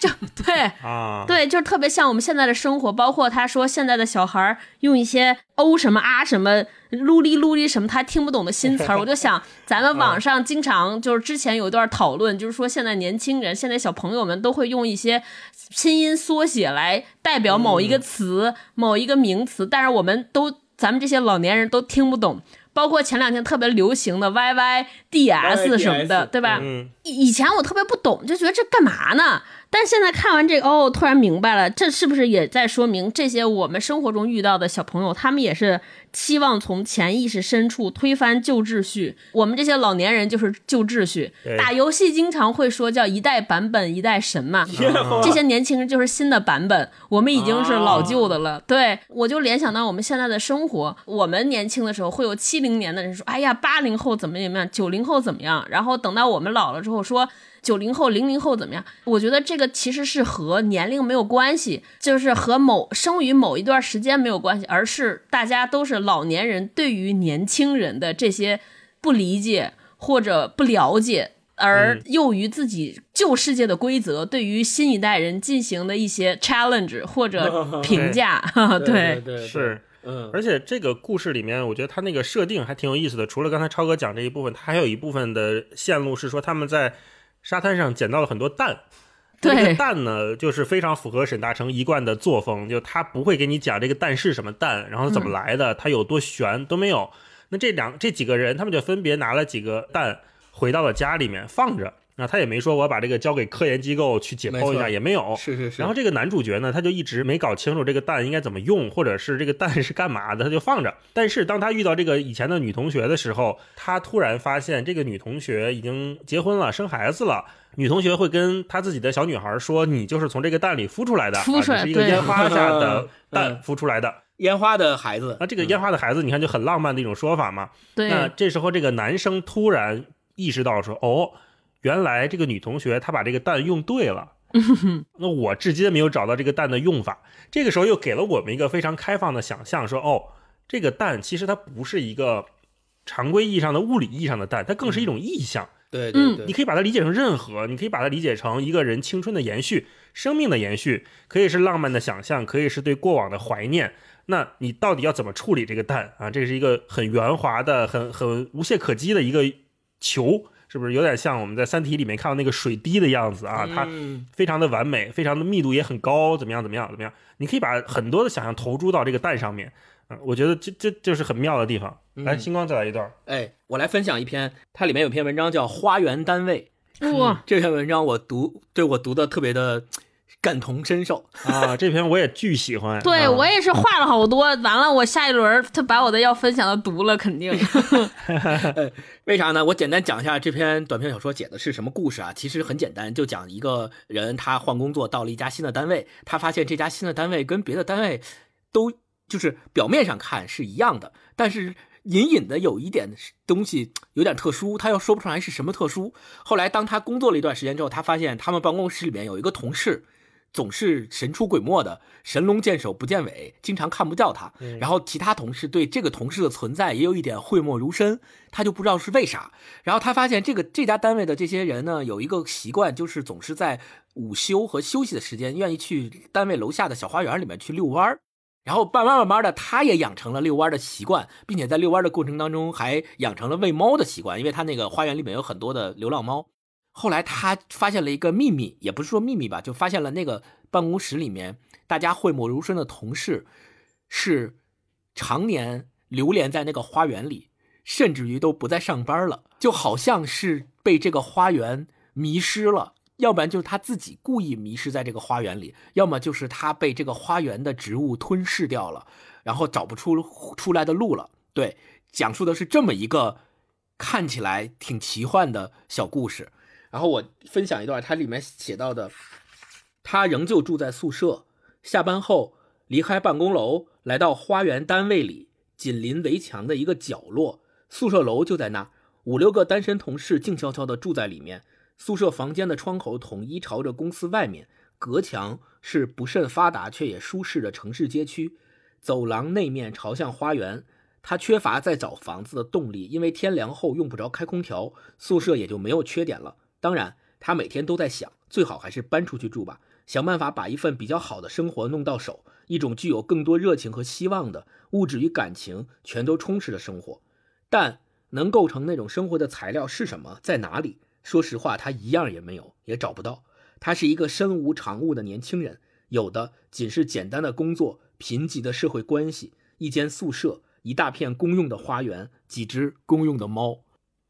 就对啊， 对，就是特别像我们现在的生活，包括他说现在的小孩用一些什么什么噜哩噜哩什么他听不懂的新词儿，我就想咱们网上经常就是之前有一段讨论，就是说现在年轻人、现在小朋友们都会用一些拼音缩写来代表某一个词、某一个名词，但是咱们这些老年人都听不懂。包括前2天特别流行的 YYDS 什么的，对吧？以前我特别不懂，就觉得这干嘛呢？但现在看完这个，突然明白了，这是不是也在说明这些我们生活中遇到的小朋友，他们也是期望从潜意识深处推翻旧秩序。我们这些老年人就是旧秩序，打游戏经常会说叫一代版本一代神嘛，这些年轻人就是新的版本，我们已经是老旧的了。对，我就联想到我们现在的生活，我们年轻的时候会有70年的人说，哎呀，80后怎么样，90后怎么样，然后等到我们老了之后说90后、00后怎么样？我觉得这个其实是和年龄没有关系，就是和生于某一段时间没有关系，而是大家都是老年人对于年轻人的这些不理解或者不了解，而囿于自己旧世界的规则，对于新一代人进行的一些 challenge 或者评价。 对， 是。而且这个故事里面，我觉得他那个设定还挺有意思的。除了刚才超哥讲这一部分，他还有一部分的线路是说他们在沙滩上捡到了很多蛋。这个蛋呢，就是非常符合沈大成一贯的作风，就他不会给你讲这个蛋是什么蛋，然后怎么来的，它有多悬都没有。那这几个人，他们就分别拿了几个蛋回到了家里面放着。那他也没说我要把这个交给科研机构去解剖一下，也没有。 是。 然后这个男主角呢，他就一直没搞清楚这个蛋应该怎么用，或者是这个蛋是干嘛的，他就放着。但是当他遇到这个以前的女同学的时候，他突然发现这个女同学已经结婚了，生孩子了。女同学会跟她自己的小女孩说：“你就是从这个蛋里孵出来的， 孵出来， 是一个烟花下的蛋孵出来的。” 烟花的孩子， 那这个烟花的孩子，你看就很浪漫的一种说法嘛。 对。 那这时候这个男生突然意识到说：“原来这个女同学她把这个蛋用对了。”那我至今没有找到这个蛋的用法。这个时候又给了我们一个非常开放的想象，说这个蛋其实它不是一个常规意义上的物理意义上的蛋，它更是一种意象。 对， 你可以把它理解成任何，你可以把它理解成一个人青春的延续，生命的延续，可以是浪漫的想象，可以是对过往的怀念。那你到底要怎么处理这个蛋啊？这是一个很圆滑的、很无懈可击的一个球，是不是有点像我们在《三体》里面看到那个水滴的样子啊？它非常的完美，非常的密度也很高，怎么样？你可以把很多的想象投注到这个蛋上面。我觉得这就是很妙的地方。来，星光再来一段。 我来分享一篇，它里面有篇文章叫《花园单位》。 哇， 这篇文章对我读的特别的感同身受啊！这篇我也巨喜欢。 对，我也是画了好多，完了我下一轮他把我的要分享的读了，肯定。 为啥呢？我简单讲一下这篇短篇小说写的是什么故事啊？其实很简单，就讲一个人他换工作到了一家新的单位，他发现这家新的单位跟别的单位都就是表面上看是一样的，但是隐隐的有一点东西有点特殊，他又说不出来是什么特殊。后来当他工作了一段时间之后，他发现他们办公室里面有一个同事总是神出鬼没的，神龙见首不见尾，经常看不到他。然后其他同事对这个同事的存在也有一点讳莫如深，他就不知道是为啥。然后他发现这家单位的这些人呢，有一个习惯，就是总是在午休和休息的时间愿意去单位楼下的小花园里面去遛弯。然后慢慢的他也养成了遛弯的习惯，并且在遛弯的过程当中还养成了喂猫的习惯，因为他那个花园里面有很多的流浪猫。后来他发现了一个秘密，也不是说秘密吧，就发现了那个办公室里面大家讳莫如深的同事是常年流连在那个花园里，甚至于都不再上班了，就好像是被这个花园迷失了，要不然就是他自己故意迷失在这个花园里，要么就是他被这个花园的植物吞噬掉了，然后找不出来的路了。对，讲述的是这么一个看起来挺奇幻的小故事。然后我分享一段它里面写到的，他仍旧住在宿舍，下班后离开办公楼，来到花园单位里紧邻围墙的一个角落，宿舍楼就在那，5、6个单身同事静悄悄地住在里面。宿舍房间的窗口统一朝着公司外面，隔墙是不甚发达却也舒适的城市街区，走廊内面朝向花园。他缺乏再找房子的动力，因为天凉后用不着开空调，宿舍也就没有缺点了。当然他每天都在想，最好还是搬出去住吧， 想办法把一份比较好的生活弄到手，一种具有更多热情和希望的物质与感情全都充斥的生活。但能构成那种生活的材料是什么，在哪里？说实话，他一样也没有，也找不到。他是一个身无长物的年轻人，有的仅是简单的工作、贫瘠的社会关系、一间宿舍、一大片公用的花园、几只公用的猫。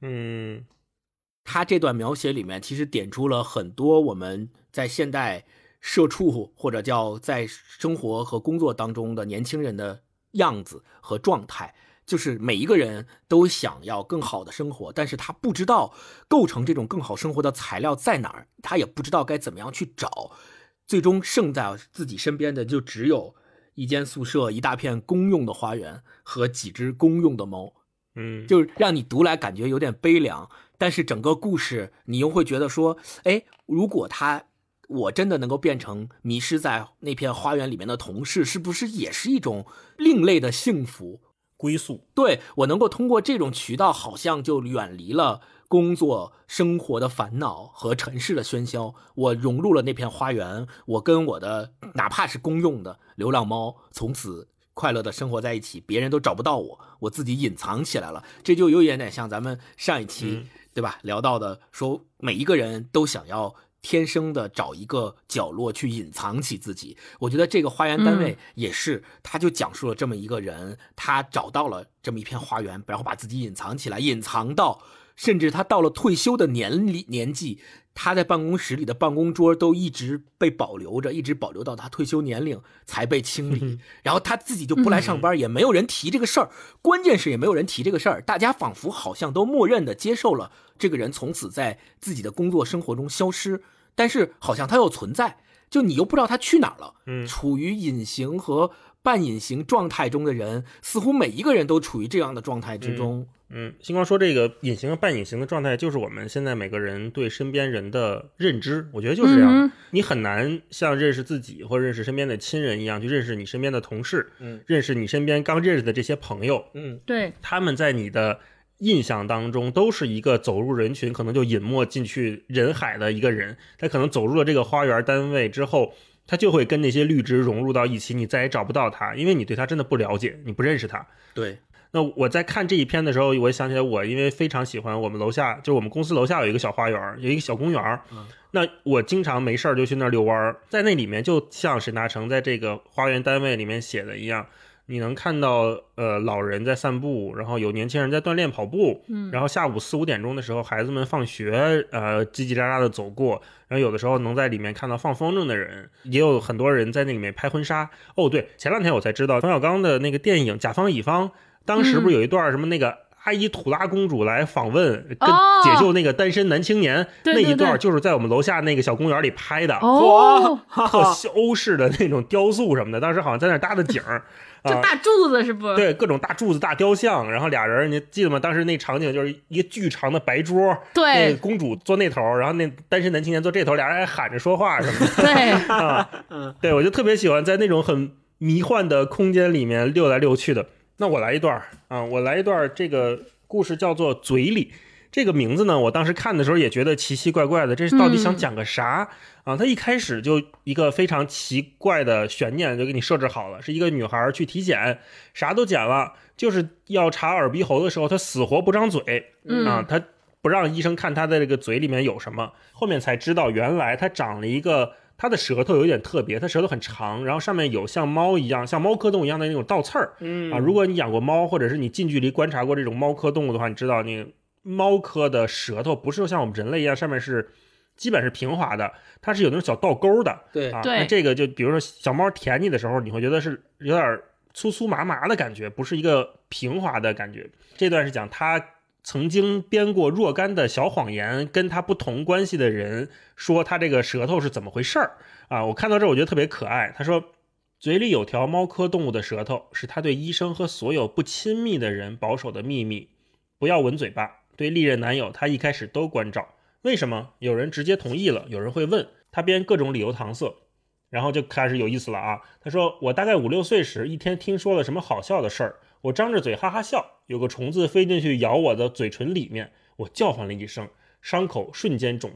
他这段描写里面其实点出了很多我们在现代社畜或者叫在生活和工作当中的年轻人的样子和状态，就是每一个人都想要更好的生活，但是他不知道构成这种更好生活的材料在哪儿，他也不知道该怎么样去找，最终剩在自己身边的就只有一间宿舍、一大片公用的花园和几只公用的猫。就让你读来感觉有点悲凉，但是整个故事你又会觉得说，哎，如果我真的能够变成迷失在那片花园里面的同事，是不是也是一种另类的幸福归宿？ 对，我能够通过这种渠道，好像就远离了工作生活的烦恼和尘世的喧嚣，我融入了那片花园，我跟我的哪怕是公用的流浪猫从此快乐的生活在一起，别人都找不到我自己隐藏起来了。这就有一点像咱们上一期对吧聊到的，说每一个人都想要天生的找一个角落去隐藏起自己。我觉得这个花园单位也是，他就讲述了这么一个人，他找到了这么一片花园，然后把自己隐藏起来，隐藏到甚至他到了退休的年纪，他在办公室里的办公桌都一直被保留着，一直保留到他退休年龄才被清理。然后他自己就不来上班，也没有人提这个事儿。关键是也没有人提这个事儿，大家仿佛好像都默认的接受了这个人从此在自己的工作生活中消失，但是好像他又存在，就你又不知道他去哪儿了。处于隐形和半隐形状态中的人，似乎每一个人都处于这样的状态之中。 星光说这个隐形和半隐形的状态，就是我们现在每个人对身边人的认知，我觉得就是这样。你很难像认识自己或认识身边的亲人一样去认识你身边的同事，认识你身边刚认识的这些朋友。 对， 他们在你的印象当中都是一个走入人群可能就隐没进去人海的一个人，他可能走入了这个花园单位之后，他就会跟那些绿植融入到一起，你再也找不到他，因为你对他真的不了解，你不认识他。 对。 那我在看这一篇的时候，我想起来我因为非常喜欢我们楼下，就是我们公司楼下有一个小花园，有一个小公园，那我经常没事就去那儿遛弯，在那里面就像沈大成在这个花园单位里面写的一样，你能看到老人在散步，然后有年轻人在锻炼跑步，然后下午4、5点钟的时候孩子们放学叽叽喳喳的走过，然后有的时候能在里面看到放风筝的人，也有很多人在那里面拍婚纱。哦对，前两天我才知道冯小刚的那个电影甲方乙方，当时不是有一段什么那个阿依土拉公主来访问跟解救那个单身男青年，那一段就是在我们楼下那个小公园里拍的，特欧式的那种雕塑什么的，当时好像在那搭的景儿。 就大柱子是不？ 对，各种大柱子、大雕像，然后俩人，你记得吗？当时那场景就是一个巨长的白桌， 对， 那个公主坐那头，然后那单身男青年坐这头，俩人还喊着说话什么的。 对， 对，我就特别喜欢在那种很迷幻的空间里面溜来溜去的。那我来一段我来一段，这个故事叫做《嘴里》。这个名字呢，我当时看的时候也觉得奇奇怪怪的，这是到底想讲个啥他一开始就一个非常奇怪的悬念就给你设置好了，是一个女孩去体检，啥都检了，就是要查耳鼻喉的时候，她死活不张嘴她不让医生看她的这个嘴里面有什么。后面才知道，原来她长了一个，她的舌头有点特别，她舌头很长，然后上面有像猫一样，像猫科动物一样的那种倒刺儿如果你养过猫，或者是你近距离观察过这种猫科动物的话，你知道那个猫科的舌头不是像我们人类一样上面是基本是平滑的，它是有那种小倒钩的。 对那这个就比如说小猫舔你的时候，你会觉得是有点粗粗麻麻的感觉，不是一个平滑的感觉。这段是讲他曾经编过若干的小谎言，跟他不同关系的人说他这个舌头是怎么回事我看到这我觉得特别可爱。他说嘴里有条猫科动物的舌头，是他对医生和所有不亲密的人保守的秘密。不要闻嘴巴。对历任男友他一开始都关照，为什么？有人直接同意了，有人会问，他编各种理由搪塞，然后就开始有意思了他说我大概5、6岁时，一天听说了什么好笑的事儿，我张着嘴哈哈笑，有个虫子飞进去咬我的嘴唇里面，我叫唤了一声，伤口瞬间肿大，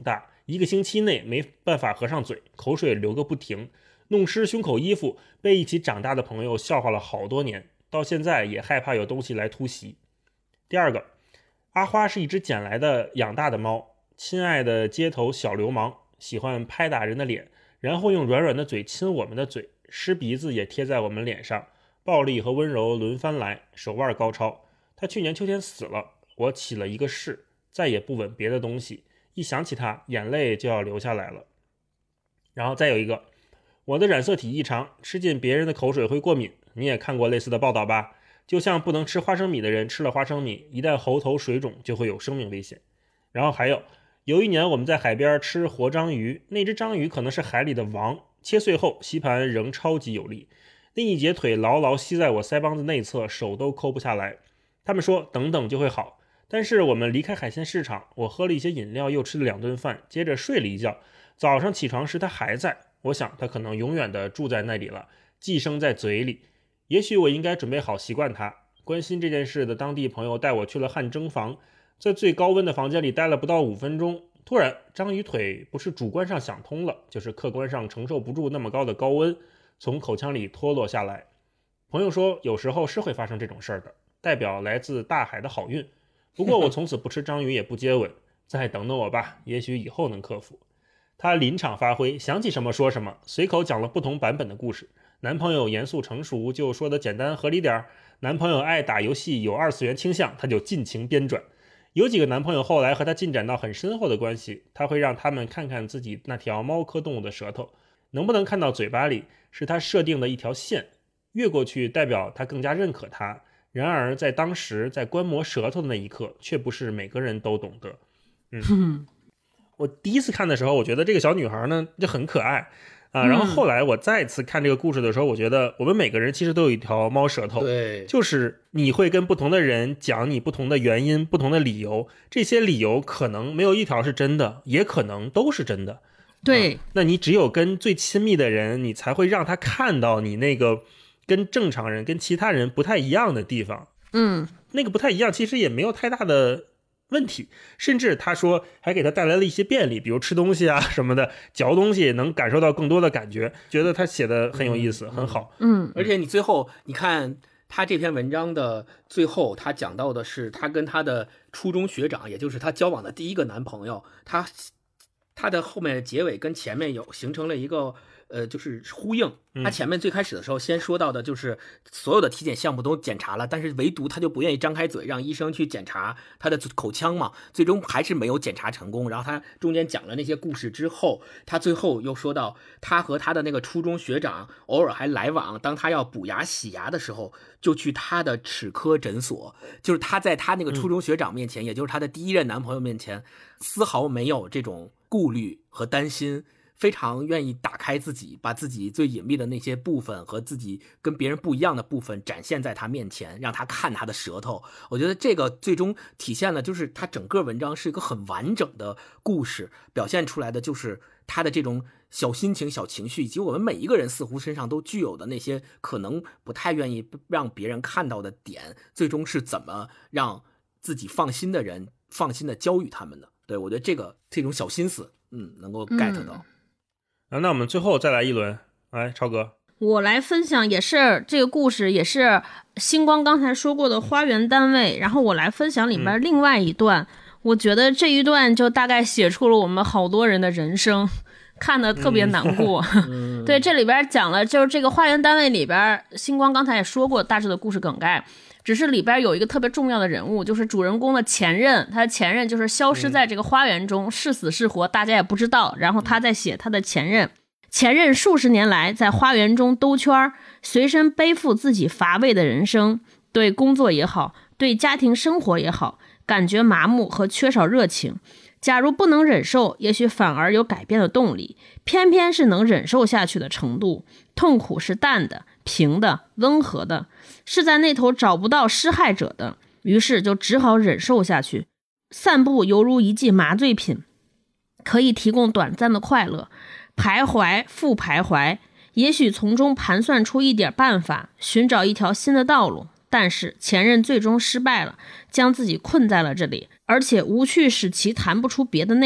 1个星期内没办法合上嘴，口水流个不停，弄湿胸口衣服，被一起长大的朋友笑话了好多年，到现在也害怕有东西来突袭。第二个，阿花是一只捡来的养大的猫，亲爱的街头小流氓，喜欢拍打人的脸，然后用软软的嘴亲我们的嘴，湿鼻子也贴在我们脸上，暴力和温柔轮番来，手腕高超。他去年秋天死了，我起了一个誓，再也不吻别的东西，一想起他，眼泪就要流下来了。然后再有一个，我的染色体异常，吃进别人的口水会过敏，你也看过类似的报道吧？就像不能吃花生米的人吃了花生米，一旦喉头水肿就会有生命危险。然后还有一年我们在海边吃活章鱼，那只章鱼可能是海里的王，切碎后吸盘仍超级有力，另一截腿牢牢吸在我腮帮子内侧，手都抠不下来。他们说等等就会好，但是我们离开海鲜市场，我喝了一些饮料，又吃了2顿饭，接着睡了一觉，早上起床时它还在，我想它可能永远的住在那里了，寄生在嘴里。也许我应该准备好习惯它。关心这件事的当地朋友带我去了汗蒸房，在最高温的房间里待了不到5分钟，突然章鱼腿不是主观上想通了，就是客观上承受不住那么高的高温，从口腔里脱落下来。朋友说有时候是会发生这种事儿的，代表来自大海的好运。不过我从此不吃章鱼也不接吻，再等等我吧，也许以后能克服。他临场发挥，想起什么说什么，随口讲了不同版本的故事。男朋友严肃成熟就说的简单合理点，男朋友爱打游戏有2次元倾向，他就尽情编转。有几个男朋友后来和他进展到很深厚的关系，他会让他们看看自己那条猫科动物的舌头，能不能看到嘴巴里，是他设定的一条线，越过去代表他更加认可他。然而在当时在观摩舌头的那一刻，却不是每个人都懂得。我第一次看的时候，我觉得这个小女孩呢就很可爱啊。然后后来我再次看这个故事的时候，我觉得我们每个人其实都有一条猫舌头， 对， 就是你会跟不同的人讲你不同的原因、不同的理由，这些理由可能没有一条是真的，也可能都是真的。 对， 那你只有跟最亲密的人，你才会让他看到你那个跟正常人、跟其他人不太一样的地方。那个不太一样，其实也没有太大的问题，甚至他说还给他带来了一些便利，比如吃东西啊什么的，嚼东西能感受到更多的感觉，觉得他写的很有意思，很好。 而且你最后你看他这篇文章的最后，他讲到的是他跟他的初中学长，也就是他交往的第一个男朋友，他的后面的结尾跟前面有形成了一个就是呼应。他前面最开始的时候先说到的就是所有的体检项目都检查了，但是唯独他就不愿意张开嘴让医生去检查他的口腔嘛，最终还是没有检查成功。然后他中间讲了那些故事之后，他最后又说到他和他的那个初中学长偶尔还来往，当他要补牙洗牙的时候就去他的齿科诊所，就是他在他那个初中学长面前，也就是他的第一任男朋友面前，丝毫没有这种顾虑和担心，非常愿意打开自己，把自己最隐秘的那些部分和自己跟别人不一样的部分展现在他面前，让他看他的舌头。我觉得这个最终体现了，就是他整个文章是一个很完整的故事，表现出来的就是他的这种小心情、小情绪，以及我们每一个人似乎身上都具有的那些可能不太愿意让别人看到的点，最终是怎么让自己放心的人放心的教育他们的。对，我觉得这种小心思能够 get 到。 那我们最后再来一轮，来超哥， 我来分享，也是这个故事，也是星光刚才说过的花园单位，然后我来分享里边另外一段，我觉得这一段就大概写出了我们好多人的人生，看得特别难过。对，这里边讲了就是这个花园单位里边，星光刚才也说过大致的故事梗概，只是里边有一个特别重要的人物，就是主人公的前任，他的前任就是消失在这个花园中，是死是活大家也不知道，然后他在写他的前任数十年来在花园中兜圈，随身背负自己乏味的人生，对工作也好，对家庭生活也好，感觉麻木和缺少热情。假如不能忍受，也许反而有改变的动力，偏偏是能忍受下去的程度。痛苦是淡的、平的、温和的，是在那头找不到施害者的，于是就只好忍受下去。散步犹如一剂麻醉品，可以提供短暂的快乐，徘徊复徘徊，也许从中盘算出一点办法，寻找一条新的道路。但是前任最终失败了，将自己困在了这里，而且无趣使其谈不出别的内容。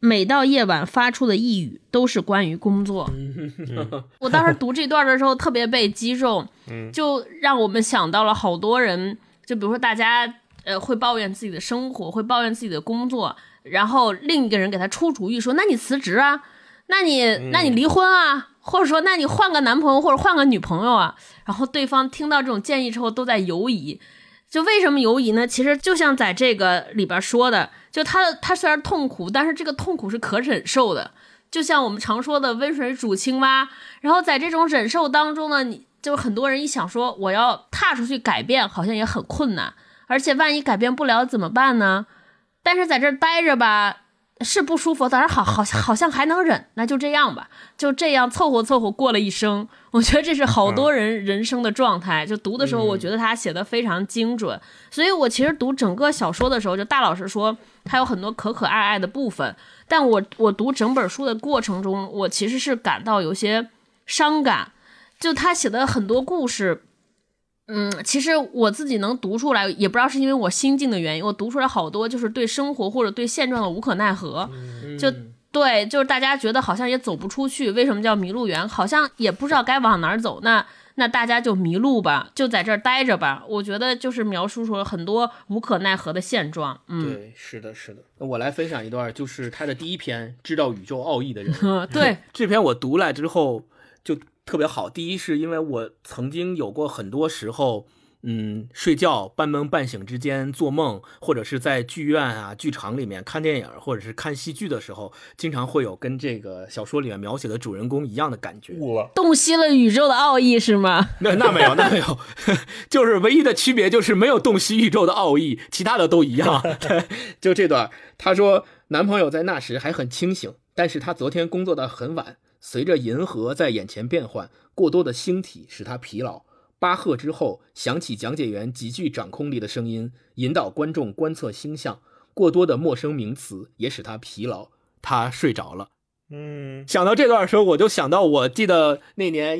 每到夜晚发出的一语都是关于工作。我当时读这段的时候特别被击中，就让我们想到了好多人，就比如说大家会抱怨自己的生活，会抱怨自己的工作，然后另一个人给他出主意说，那你辞职啊，那你离婚啊，或者说那你换个男朋友或者换个女朋友啊。然后对方听到这种建议之后都在犹疑。就为什么犹疑呢？其实就像在这个里边说的，就他虽然痛苦，但是这个痛苦是可忍受的，就像我们常说的温水煮青蛙。然后在这种忍受当中呢，你就很多人一想说我要踏出去改变，好像也很困难，而且万一改变不了怎么办呢？但是在这儿待着吧是不舒服，但是好像还能忍，那就这样吧，就这样凑合过了一生。我觉得这是好多人人生的状态。就读的时候我觉得他写的非常精准，所以我其实读整个小说的时候，就大老师说他有很多可爱爱的部分，但我读整本书的过程中，我其实是感到有些伤感。就他写的很多故事，其实我自己能读出来，也不知道是因为我心境的原因，我读出来好多就是对生活或者对现状的无可奈何。对，就是大家觉得好像也走不出去，为什么叫迷路园？好像也不知道该往哪儿走，那大家就迷路吧，就在这儿待着吧。我觉得就是描述出了很多无可奈何的现状。 对，是的。我来分享一段，就是他的第一篇，知道宇宙奥义的人。 对， 这篇我读来之后就特别好。第一是因为我曾经有过很多时候，睡觉半梦半醒之间做梦，或者是在剧院啊、剧场里面看电影，或者是看戏剧的时候，经常会有跟这个小说里面描写的主人公一样的感觉。 洞悉了宇宙的奥义是吗？ 那没有，就是唯一的区别就是没有洞悉宇宙的奥义，其他的都一样。就这段，他说男朋友在那时还很清醒，但是他昨天工作到很晚，随着银河在眼前变换，过多的星体使他疲劳。巴赫之后，响起讲解员极具掌控力的声音，引导观众观测星象。过多的陌生名词也使他疲劳，他睡着了。想到这段的时候，我就想到，我记得那年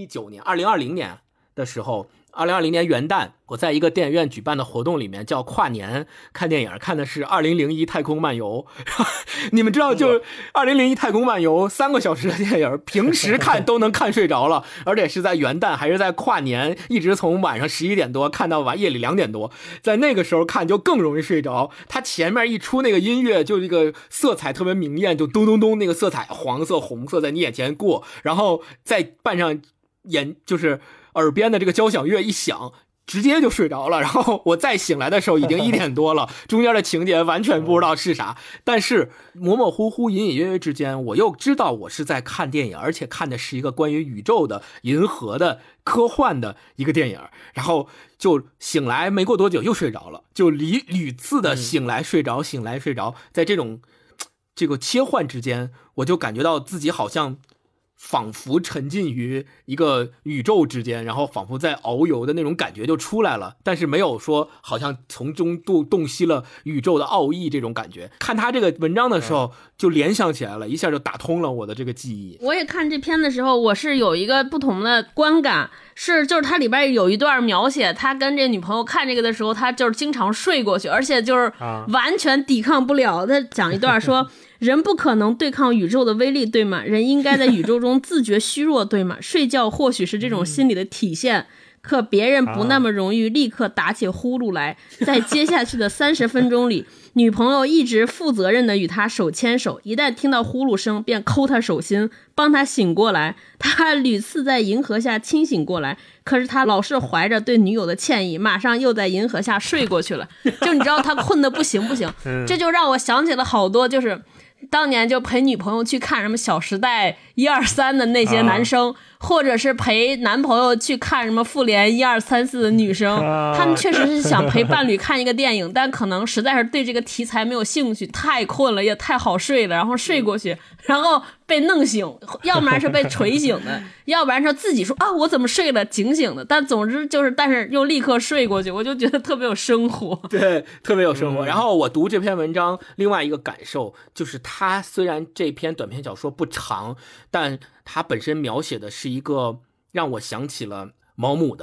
2020年的时候，2020年元旦，我在一个电影院举办的活动里面叫跨年看电影，看的是2001太空漫游。你们知道，就2001太空漫游3个小时的电影，平时看都能看睡着了，而且是在元旦还是在跨年，一直从晚上11点多看到夜里2点多，在那个时候看就更容易睡着。它前面一出那个音乐，就这个色彩特别明艳，就咚咚咚，那个色彩黄色红色在你眼前过，然后再伴上就是耳边的这个交响乐一响，直接就睡着了。然后我再醒来的时候已经1点多了，中间的情节完全不知道是啥，但是模模糊糊隐隐约约之间，我又知道我是在看电影，而且看的是一个关于宇宙的银河的科幻的一个电影。然后就醒来没过多久又睡着了，就屡次的醒来睡着醒来睡着，在这个切换之间，我就感觉到自己好像仿佛沉浸于一个宇宙之间，然后仿佛在遨游的那种感觉就出来了，但是没有说好像从中洞悉了宇宙的奥义这种感觉。看他这个文章的时候就联想起来了，一下就打通了我的这个记忆。 我也看这篇的时候，我是有一个不同的观感，就是它里边有一段描写，他跟这女朋友看这个的时候，他就是经常睡过去，而且就是完全抵抗不了。他讲一段说人不可能对抗宇宙的威力，对吗？人应该在宇宙中自觉虚弱，对吗？睡觉或许是这种心理的体现，可别人不那么容易立刻打起呼噜来。在接下去的30分钟里，女朋友一直负责任的与他手牵手，一旦听到呼噜声便抠他手心，帮他醒过来。他屡次在银河下清醒过来，可是他老是怀着对女友的歉意，马上又在银河下睡过去了。就你知道他困得不行，这就让我想起了好多，就是当年就陪女朋友去看什么《小时代》1、2、3的那些男生，或者是陪男朋友去看什么《复联》1、2、3、4的女生，他们确实是想陪伴侣看一个电影，但可能实在是对这个题材没有兴趣，太困了也太好睡了，然后睡过去，然后被弄醒，要不然是被锤醒的，要不然是自己说啊我怎么睡了警醒的，但总之就是但是又立刻睡过去，我就觉得特别有生活。 对，特别有生活。然后我读这篇文章另外一个感受就是它虽然这篇短篇小说不长，但它本身描写的是一个让我想起了毛姆的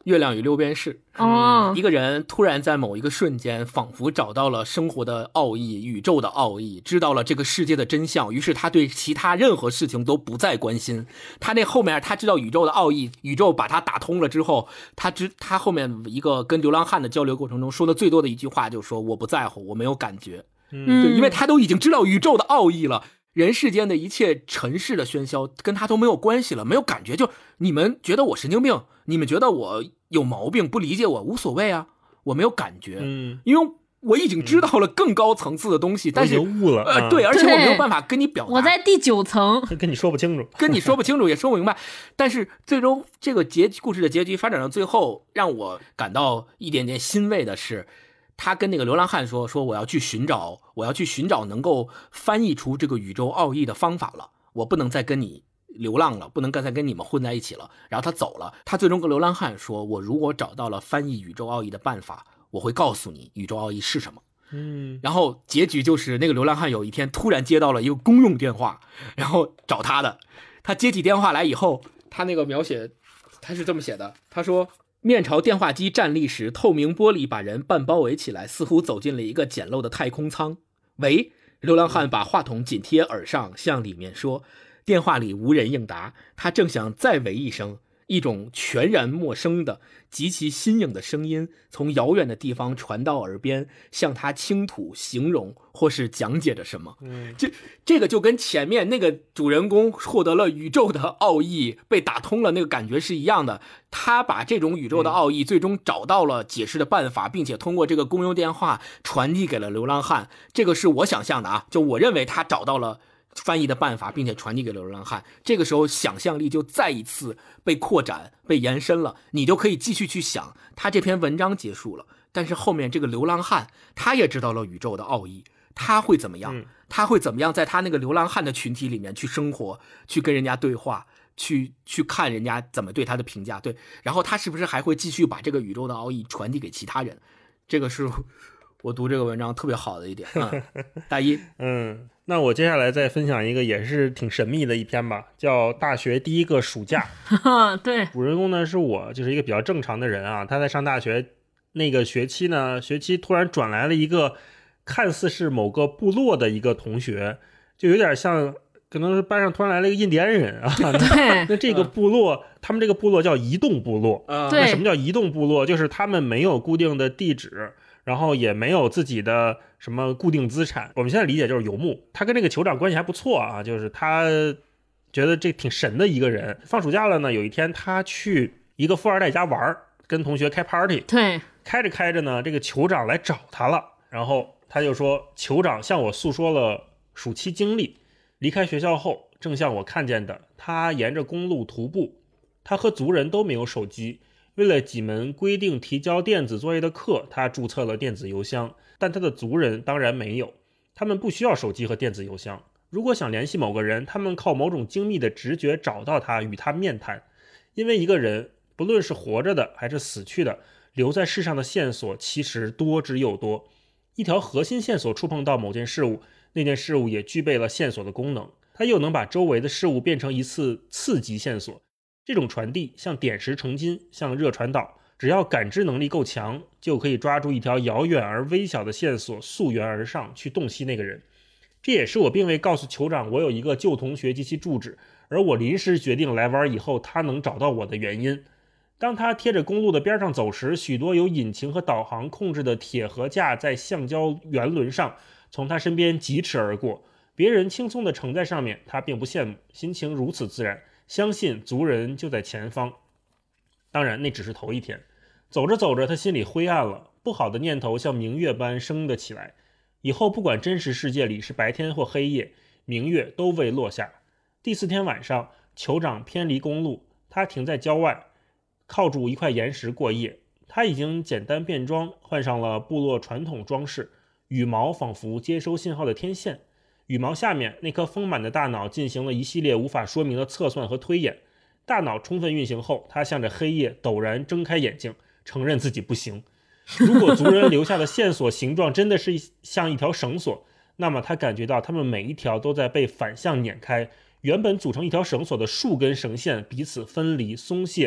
月亮与六便士。 哦， 一个人突然在某一个瞬间仿佛找到了生活的奥义，宇宙的奥义，知道了这个世界的真相，于是他对其他任何事情都不再关心。他那后面他知道宇宙的奥义，宇宙把他打通了之后，他后面一个跟流浪汉的交流过程中说的最多的一句话就是说我不在乎，我没有感觉。对，因为他都已经知道宇宙的奥义了，人世间的一切尘世的喧嚣跟他都没有关系了，没有感觉。就你们觉得我神经病，你们觉得我有毛病，不理解我，无所谓啊，我没有感觉。因为我已经知道了更高层次的东西，但是悟了， 对，而且我没有办法跟你表达， 我在第9层， 跟你说不清楚， 也说不明白。但是最终这个故事的结局发展到最后，让我感到一点点欣慰的是，他跟那个流浪汉说我要去寻找能够翻译出这个宇宙奥义的方法了，我不能再跟你流浪了，不能再跟你们混在一起了。然后他走了，他最终跟流浪汉说，我如果找到了翻译宇宙奥义的办法，我会告诉你宇宙奥义是什么。然后结局就是那个流浪汉有一天突然接到了一个公用电话，然后找他的，他接起电话来以后，他那个描写他是这么写的，他说面朝电话机站立时，透明玻璃把人半包围起来，似乎走进了一个简陋的太空舱。喂，流浪汉把话筒紧贴耳上，向里面说。电话里无人应答，他正想再喂一声，一种全然陌生的极其新颖的声音从遥远的地方传到耳边，向他倾吐形容或是讲解着什么。这个就跟前面那个主人公获得了宇宙的奥义被打通了那个感觉是一样的，他把这种宇宙的奥义最终找到了解释的办法，并且通过这个公用电话传递给了流浪汉。这个是我想象的啊，就我认为他找到了翻译的办法，并且传递给流浪汉。这个时候想象力就再一次被扩展被延伸了，你就可以继续去想，他这篇文章结束了，但是后面这个流浪汉他也知道了宇宙的奥义，他会怎么样？他会怎么样在他那个流浪汉的群体里面去生活，去跟人家对话，去看人家怎么对他的评价。对，然后他是不是还会继续把这个宇宙的奥义传递给其他人？这个是我读这个文章特别好的一点。大一那我接下来再分享一个也是挺神秘的一篇吧，叫大学第一个暑假。 对， 主人公呢是我，就是一个比较正常的人啊。他在上大学那个学期突然转来了一个看似是某个部落的一个同学，就有点像可能是班上突然来了一个印第安人啊。那这个部落，他们这个部落叫移动部落。 对， 那什么叫移动部落？就是他们没有固定的地址，然后也没有自己的什么固定资产。我们现在理解就是游牧。他跟这个酋长关系还不错啊，就是他觉得这挺神的一个人。放暑假了呢，有一天他去一个富二代家玩，跟同学开 party。 对， 开着呢，这个酋长来找他了，然后他就说，酋长向我诉说了暑期经历。离开学校后，正像我看见的，他沿着公路徒步。他和族人都没有手机，为了几门规定提交电子作业的课，他注册了电子邮箱，但他的族人当然没有，他们不需要手机和电子邮箱。如果想联系某个人，他们靠某种精密的直觉找到他，与他面谈。因为一个人不论是活着的还是死去的，留在世上的线索其实多之又多。一条核心线索触碰到某件事物，那件事物也具备了线索的功能，它又能把周围的事物变成一次次级线索。这种传递像点石成金，像热传导，只要感知能力够强，就可以抓住一条遥远而微小的线索，溯源而上，去洞悉那个人。这也是我并未告诉酋长我有一个旧同学及其住址，而我临时决定来玩以后他能找到我的原因。当他贴着公路的边上走时，许多由引擎和导航控制的铁盒架在橡胶圆轮上从他身边疾驰而过，别人轻松地乘在上面，他并不羡慕，心情如此自然，相信族人就在前方。当然那只是头一天，走着走着他心里灰暗了，不好的念头像明月般升了起来。以后不管真实世界里是白天或黑夜，明月都未落下。第4天晚上，酋长偏离公路，他停在郊外，靠住一块岩石过夜。他已经简单变装，换上了部落传统装饰，羽毛仿佛接收信号的天线。羽毛下面那颗丰满的大脑进行了一系列无法说明的测算和推演。大脑充分运行后，他向着黑夜陡然睁开眼睛，承认自己不行。如果族人留下的线索形状真的是像一条绳索，那么他感觉到它们每一条都在被反向碾开，原本组成一条绳索的数根绳线彼此分离松懈，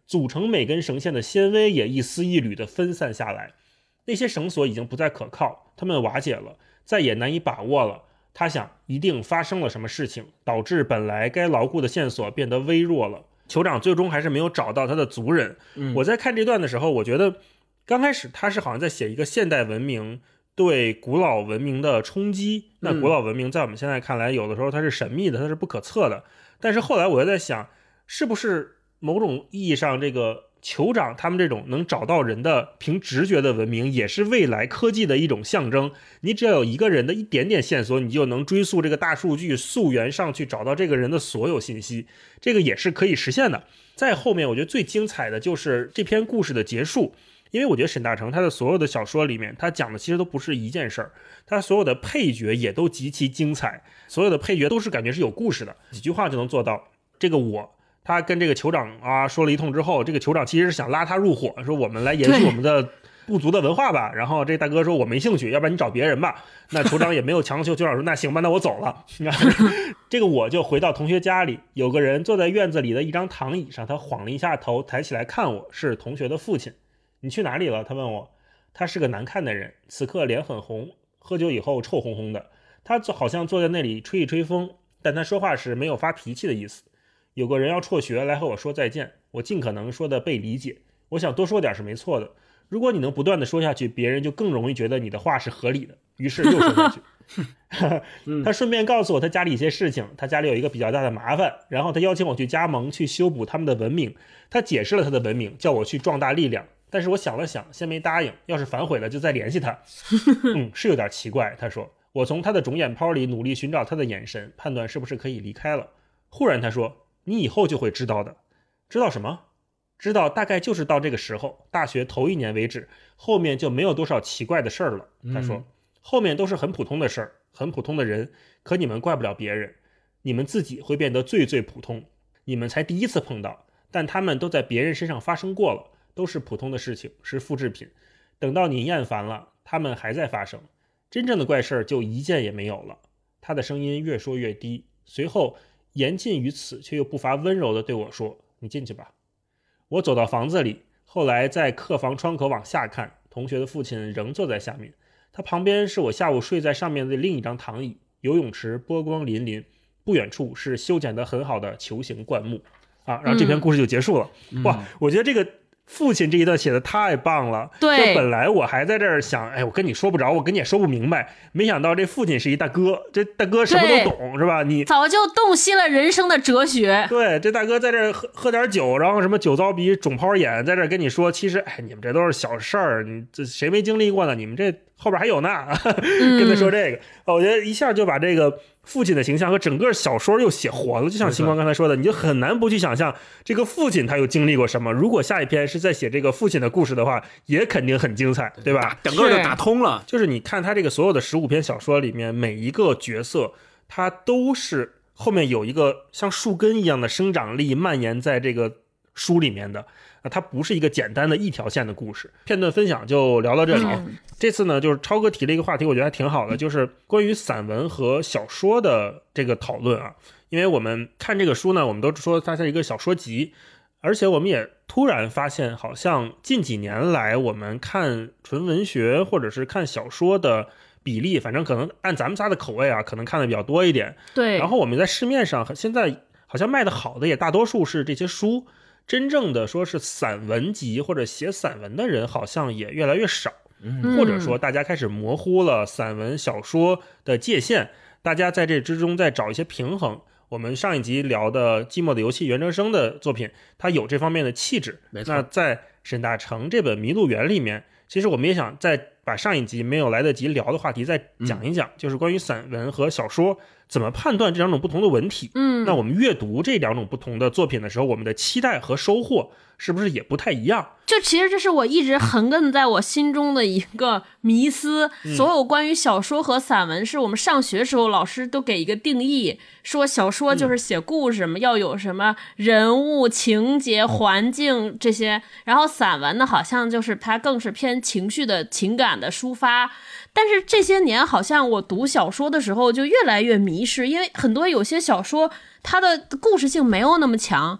组成每根绳线的纤维也一丝一缕地分散下来。那些绳索已经不再可靠，它们瓦解了，再也难以把握了。他想，一定发生了什么事情，导致本来该牢固的线索变得微弱了。酋长最终还是没有找到他的族人。我在看这段的时候，我觉得刚开始他是好像在写一个现代文明对古老文明的冲击。那古老文明在我们现在看来，有的时候它是神秘的，它是不可测的。但是后来我又在想，是不是某种意义上这个酋长他们这种能找到人的凭直觉的文明，也是未来科技的一种象征。你只要有一个人的一点点线索，你就能追溯这个大数据溯源上去，找到这个人的所有信息，这个也是可以实现的。在后面我觉得最精彩的就是这篇故事的结束，因为我觉得沈大成他的所有的小说里面，他讲的其实都不是一件事儿，他所有的配角也都极其精彩，所有的配角都是感觉是有故事的，几句话就能做到。这个他跟这个酋长啊说了一通之后，这个酋长其实是想拉他入伙，说我们来延续我们的部族的文化吧。然后这大哥说我没兴趣，要不然你找别人吧。那酋长也没有强求，酋长说那行吧，那我走了。这个我就回到同学家里，有个人坐在院子里的一张躺椅上，他晃了一下头，抬起来看我，是同学的父亲。你去哪里了？他问我。他是个难看的人，此刻脸很红，喝酒以后臭烘烘的。他好像坐在那里吹一吹风，但他说话时没有发脾气的意思。有个人要辍学来和我说再见，我尽可能说的被理解。我想多说点是没错的，如果你能不断的说下去，别人就更容易觉得你的话是合理的。于是又说下去。他顺便告诉我他家里一些事情，他家里有一个比较大的麻烦，然后他邀请我去加盟，去修补他们的文明。他解释了他的文明，叫我去壮大力量，但是我想了想，先没答应，要是反悔了就再联系他。是有点奇怪，他说。我从他的肿眼泡里努力寻找他的眼神，判断是不是可以离开了。忽然他说，你以后就会知道的。知道什么？知道大概就是到这个时候，大学头1年为止，后面就没有多少奇怪的事儿了。他说，后面都是很普通的事儿，很普通的人，可你们怪不了别人，你们自己会变得最最普通。你们才第一次碰到，但他们都在别人身上发生过了，都是普通的事情，是复制品。等到你厌烦了，他们还在发生，真正的怪事儿就一件也没有了。他的声音越说越低，随后言尽于此，却又不乏温柔地对我说，你进去吧。我走到房子里，后来在客房窗口往下看，同学的父亲仍坐在下面，他旁边是我下午睡在上面的另一张躺椅，游泳池波光粼粼，不远处是修剪得很好的球形灌木啊。然后这篇故事就结束了。哇，我觉得这个父亲这一段写的太棒了。 对， 本来我还在这儿想，我跟你说不着，我跟你也说不明白，没想到这父亲是一大哥，这大哥什么都懂，是吧？你早就洞悉了人生的哲学。 对，这大哥在这儿喝点酒，然后什么酒糟鼻肿泡眼，在这儿跟你说，其实你们这都是小事儿，你这谁没经历过呢？你们这后边还有呢。跟他说这个，我觉得一下就把这个父亲的形象和整个小说又写活了。就像星光刚才说的，你就很难不去想象这个父亲他又经历过什么。如果下一篇是在写这个父亲的故事的话，也肯定很精彩，对吧？ 整个就打通了。 就是你看他这个所有的15篇小说里面，每一个角色他都是后面有一个像树根一样的生长力蔓延在这个书里面的。它不是一个简单的一条线的故事。片段分享就聊到这里。这次呢，就是超哥提了一个话题，我觉得还挺好的，就是关于散文和小说的这个讨论啊。因为我们看这个书呢，我们都说它是一个小说集，而且我们也突然发现，好像近几年来我们看纯文学或者是看小说的比例，反正可能按咱们仨的口味啊，可能看的比较多一点。 对。 然后我们在市面上现在好像卖的好的也大多数是这些书。真正的说是散文集或者写散文的人好像也越来越少，或者说大家开始模糊了散文小说的界限，大家在这之中再找一些平衡。我们上一集聊的《寂寞的游戏》袁哲生的作品，它有这方面的气质。那在沈大成这本《迷鹿园》里面，其实我们也想再把上一集没有来得及聊的话题再讲一讲，就是关于散文和小说怎么判断这两种不同的文体。那我们阅读这两种不同的作品的时候，我们的期待和收获是不是也不太一样？ 就其实这是我一直横亘在我心中的一个迷思。所有关于小说和散文，是我们上学时候老师都给一个定义，说小说就是写故事嘛，要有什么人物、情节、环境这些，然后散文呢，好像就是它更是偏情绪的情感的抒发。但是这些年好像我读小说的时候就越来越迷失，因为很多有些小说它的故事性没有那么强，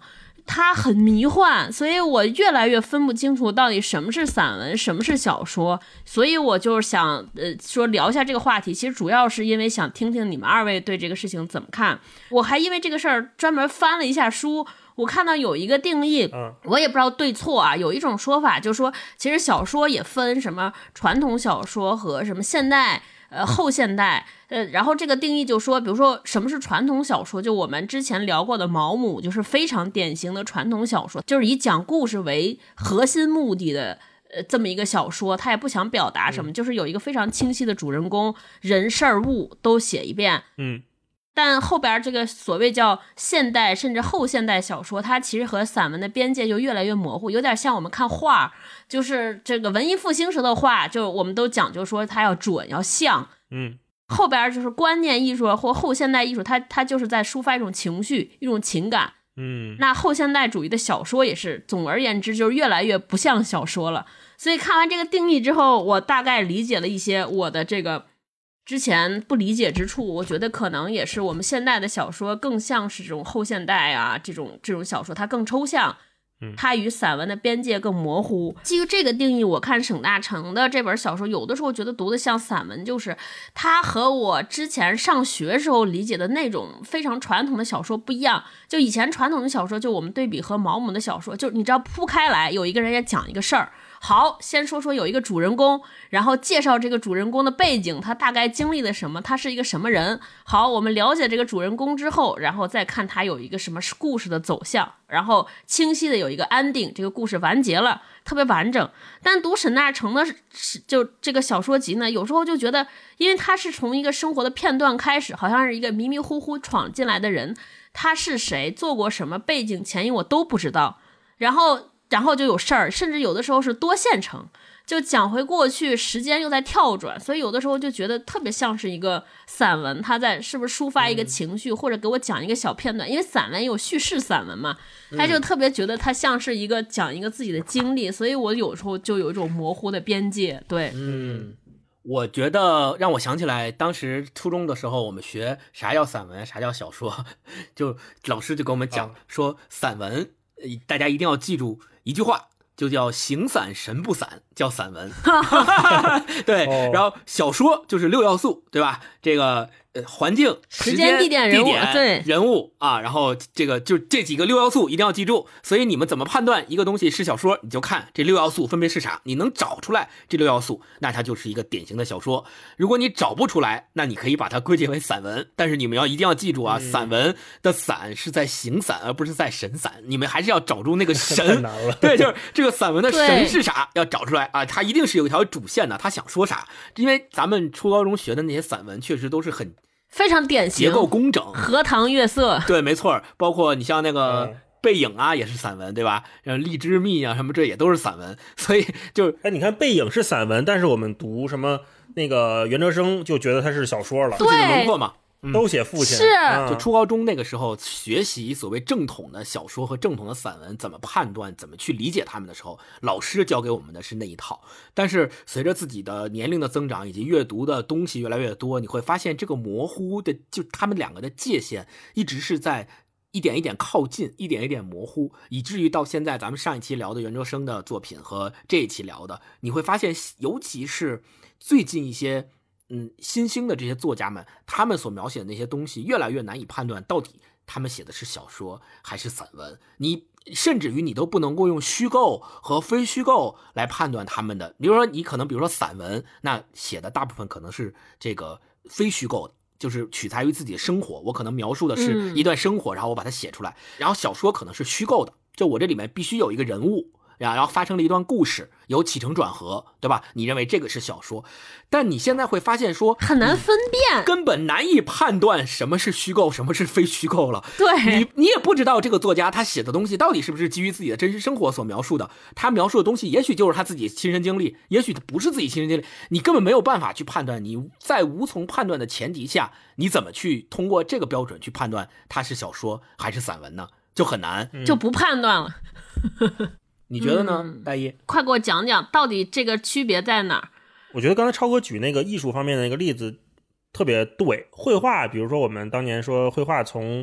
它很迷幻，所以我越来越分不清楚到底什么是散文，什么是小说。所以我就想说聊一下这个话题，其实主要是因为想听听你们二位对这个事情怎么看。我还因为这个事儿专门翻了一下书，我看到有一个定义，我也不知道对错啊。有一种说法就是说，其实小说也分什么传统小说和什么现代后现代，然后这个定义就说，比如说什么是传统小说，就我们之前聊过的毛姆就是非常典型的传统小说，就是以讲故事为核心目的的这么一个小说，他也不想表达什么，就是有一个非常清晰的主人公，人事儿物都写一遍。但后边这个所谓叫现代甚至后现代小说，它其实和散文的边界就越来越模糊，有点像我们看画，就是这个文艺复兴时的画，就我们都讲究说它要准要像，后边就是观念艺术或后现代艺术，它就是在抒发一种情绪一种情感。那后现代主义的小说也是，总而言之就是越来越不像小说了。所以看完这个定义之后，我大概理解了一些我的这个之前不理解之处。我觉得可能也是我们现代的小说更像是这种后现代啊，这种小说它更抽象，它与散文的边界更模糊。基于这个定义，我看沈大成的这本小说，有的时候觉得读的像散文，就是它和我之前上学时候理解的那种非常传统的小说不一样。就以前传统的小说，就我们对比和毛姆的小说，就你知道铺开来，有一个人也讲一个事儿。好，先说有一个主人公，然后介绍这个主人公的背景，他大概经历了什么，他是一个什么人。好，我们了解这个主人公之后，然后再看他有一个什么故事的走向，然后清晰的有一个安定，这个故事完结了，特别完整。但读沈大成的就这个小说集呢，有时候就觉得，因为他是从一个生活的片段开始，好像是一个迷迷糊糊闯进来的人，他是谁，做过什么，背景前因我都不知道，然后就有事儿，甚至有的时候是多线程，就讲回过去，时间又在跳转，所以有的时候就觉得特别像是一个散文，他在是不是抒发一个情绪，或者给我讲一个小片段，因为散文有叙事散文嘛，他就特别觉得他像是一个讲一个自己的经历，所以我有时候就有一种模糊的边界。对， 我觉得让我想起来，当时初中的时候，我们学啥叫散文，啥叫小说，就老师就跟我们讲说，散文大家一定要记住一句话，就叫形散神不散，叫散文。对，然后小说就是6要素，对吧？这个环境、时间、地点、 对人物啊，然后这个就这几个6要素一定要记住。所以你们怎么判断一个东西是小说，你就看这6要素分别是啥，你能找出来这6要素，那它就是一个典型的小说。如果你找不出来，那你可以把它归结为散文。但是你们一定要记住啊，散文的散是在形散，而不是在神散。你们还是要找出那个神。对，就是这个散文的神是啥，要找出来啊，它一定是有一条主线的，它想说啥。因为咱们初高中学的那些散文，确实都是很非常典型， 结构工整， 荷塘月色。 对，没错，包括你像那个背影啊，也是散文，对吧？荔枝蜜啊什么，这也都是散文。所以就你看背影是散文，但是我们读什么那个袁哲生就觉得它是小说了， 父亲的轮廓嘛。 都写父亲， 是就初高中那个时候学习所谓正统的小说和正统的散文怎么判断，怎么去理解他们的时候，老师教给我们的是那一套。但是随着自己的年龄的增长以及阅读的东西越来越多，你会发现这个模糊的，就他们两个的界限一直是在一点一点靠近，一点一点模糊，以至于到现在咱们上一期聊的袁哲生的作品和这一期聊的，你会发现尤其是最近一些新兴的这些作家们，他们所描写的那些东西越来越难以判断到底他们写的是小说还是散文。你甚至于你都不能够用虚构和非虚构来判断他们的。比如说你可能比如说散文，那写的大部分可能是这个非虚构的，就是取材于自己的生活，我可能描述的是一段生活，然后我把它写出来。然后小说可能是虚构的，就我这里面必须有一个人物，然后发生了一段故事，有起承转合，对吧？你认为这个是小说，但你现在会发现说很难分辨， 根本难以判断什么是虚构，什么是非虚构了。 对， 你也不知道这个作家他写的东西到底是不是基于自己的真实生活所描述的，他描述的东西也许就是他自己亲身经历，也许他不是自己亲身经历，你根本没有办法去判断。你在无从判断的前提下，你怎么去通过这个标准去判断它是小说还是散文呢？就很难， 就不判断了。 你觉得呢，大一？ 快给我讲讲到底这个区别在哪儿？ 我觉得刚才超哥举那个艺术方面的那个例子特别对。绘画，比如说我们当年说绘画从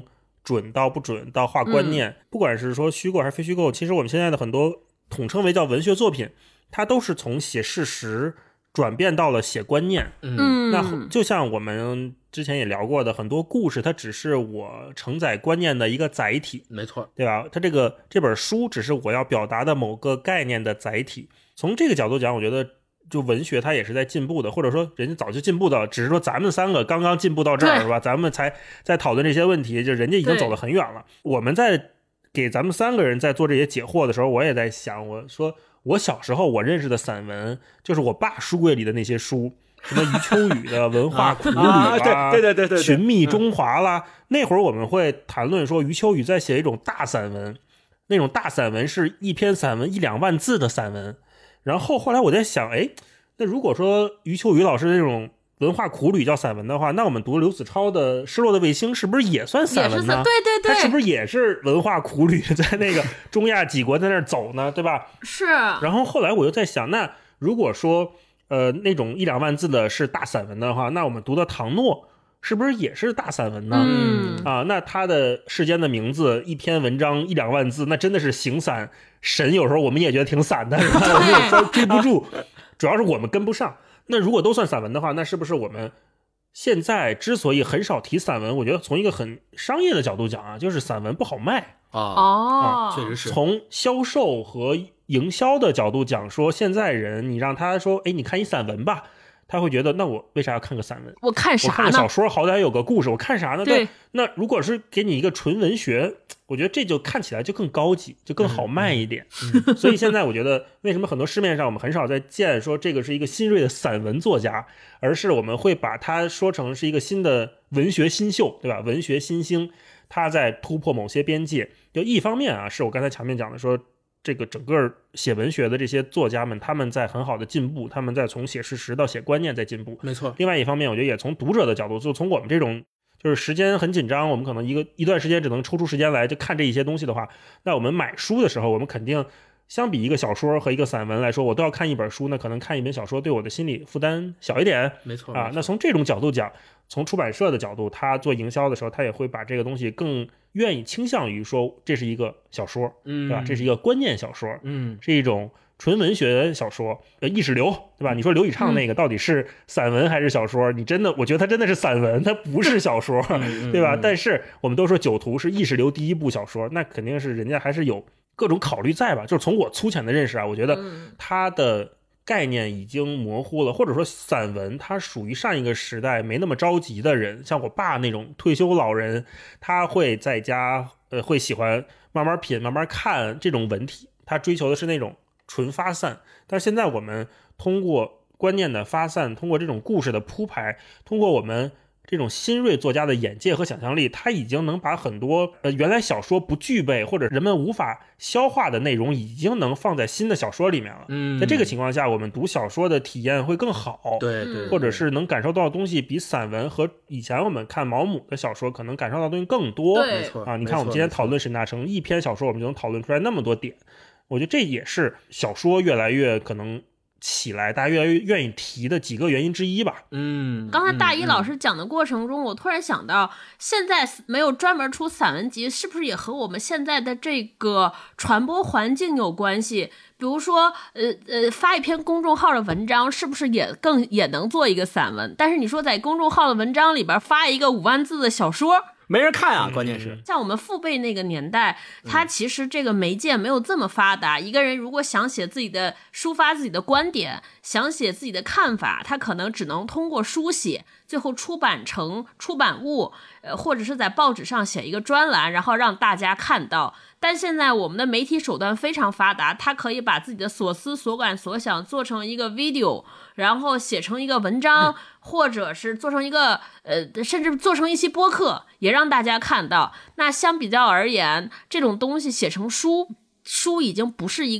准到不准到画观念，不管是说虚构还是非虚构，其实我们现在的很多统称为叫文学作品，它都是从写事实转变到了写观念。那就像我们之前也聊过的，很多故事它只是我承载观念的一个载体， 没错， 对吧？它这本书只是我要表达的某个概念的载体。从这个角度讲，我觉得就文学它也是在进步的，或者说人家早就进步的，只是说咱们三个刚刚进步到这儿，是吧？咱们才在讨论这些问题，就人家已经走得很远了。我们在给咱们三个人在做这些解惑的时候，我也在想，我说我小时候我认识的散文，就是我爸书柜里的那些书，什么余秋雨的《文化苦旅》 对， 寻觅中华啦。那会儿我们会谈论说，余秋雨在写一种大散文，那种大散文是一篇散文1-2万字的散文。然后后来我在想，那如果说余秋雨老师那种文化苦旅叫散文的话，那我们读刘子超的《失落的卫星》是不是也算散文呢？ 对， 他是不是也是文化苦旅，在那个中亚几国在那儿走呢？对吧？ 是。 然后后来我又在想，那如果说那种1-2万字的是大散文的话，那我们读的唐诺是不是也是大散文呢？那他的世间的名字一篇文章1-2万字，那真的是行散神，有时候我们也觉得挺散的，是吧？我们也追不住，主要是我们跟不上。那如果都算散文的话，那是不是我们现在之所以很少提散文，我觉得从一个很商业的角度讲啊，就是散文不好卖确实是。 从销售和营销的角度讲，说现在人你让他说，你看一散文吧，他会觉得那我为啥要看个散文？ 我看啥呢？ 我看个小说好歹有个故事，我看啥呢？ 对。 那如果是给你一个纯文学，我觉得这就看起来就更高级，就更好卖一点。所以现在我觉得为什么很多市面上我们很少在见说这个是一个新锐的散文作家，而是我们会把它说成是一个新的文学新秀，对吧？文学新星，他在突破某些边界。就一方面啊，是我刚才前面讲的说，这个整个写文学的这些作家们，他们在很好的进步，他们在从写事实到写观念在进步， 没错。 另外一方面，我觉得也从读者的角度，就从我们这种就是时间很紧张，我们可能一段时间只能抽出时间来就看这一些东西的话，那我们买书的时候，我们肯定相比一个小说和一个散文来说，我都要看一本书，那可能看一本小说对我的心理负担小一点， 没错啊。那从这种角度讲，从出版社的角度，他做营销的时候，他也会把这个东西更愿意倾向于说这是一个小说，对吧？这是一个观念小说，是一种纯文学小说，意识流，对吧？你说刘以畅那个到底是散文还是小说？我觉得他真的是散文，他不是小说，对吧？但是我们都说九图是意识流第一部小说，那肯定是人家还是有各种考虑在吧？就是从我粗浅的认识啊，我觉得他的概念已经模糊了，或者说散文它属于上一个时代没那么着急的人，像我爸那种退休老人，他会在家会喜欢慢慢品慢慢看这种文体，他追求的是那种纯发散。但是现在我们通过观念的发散，通过这种故事的铺排，通过我们这种新锐作家的眼界和想象力，他已经能把很多原来小说不具备或者人们无法消化的内容，已经能放在新的小说里面了。在这个情况下，我们读小说的体验会更好， 对， 或者是能感受到的东西比散文和以前我们看毛姆的小说可能感受到的东西更多。 没错啊，你看我们今天讨论沈大成一篇小说，我们就能讨论出来那么多点。我觉得这也是小说越来越可能起来，大家越来越愿意提的几个原因之一吧。 刚才大一老师讲的过程中，我突然想到，现在没有专门出散文集，是不是也和我们现在的这个传播环境有关系？比如说，发一篇公众号的文章，是不是也能做一个散文？但是你说在公众号的文章里边发一个5万字的小说， 没人看啊，关键是像我们父辈那个年代，他其实这个媒介没有这么发达。一个人如果想写自己的抒发自己的观点，想写自己的看法，他可能只能通过书写，最后出版成出版物，或者是在报纸上写一个专栏，然后让大家看到。但现在我们的媒体手段非常发达，他可以把自己的所思所感所想做成一个 video， 然后写成一个文章，或者是做成一个甚至做成一期播客，也让大家看到。那相比较而言，这种东西写成书已经不是一个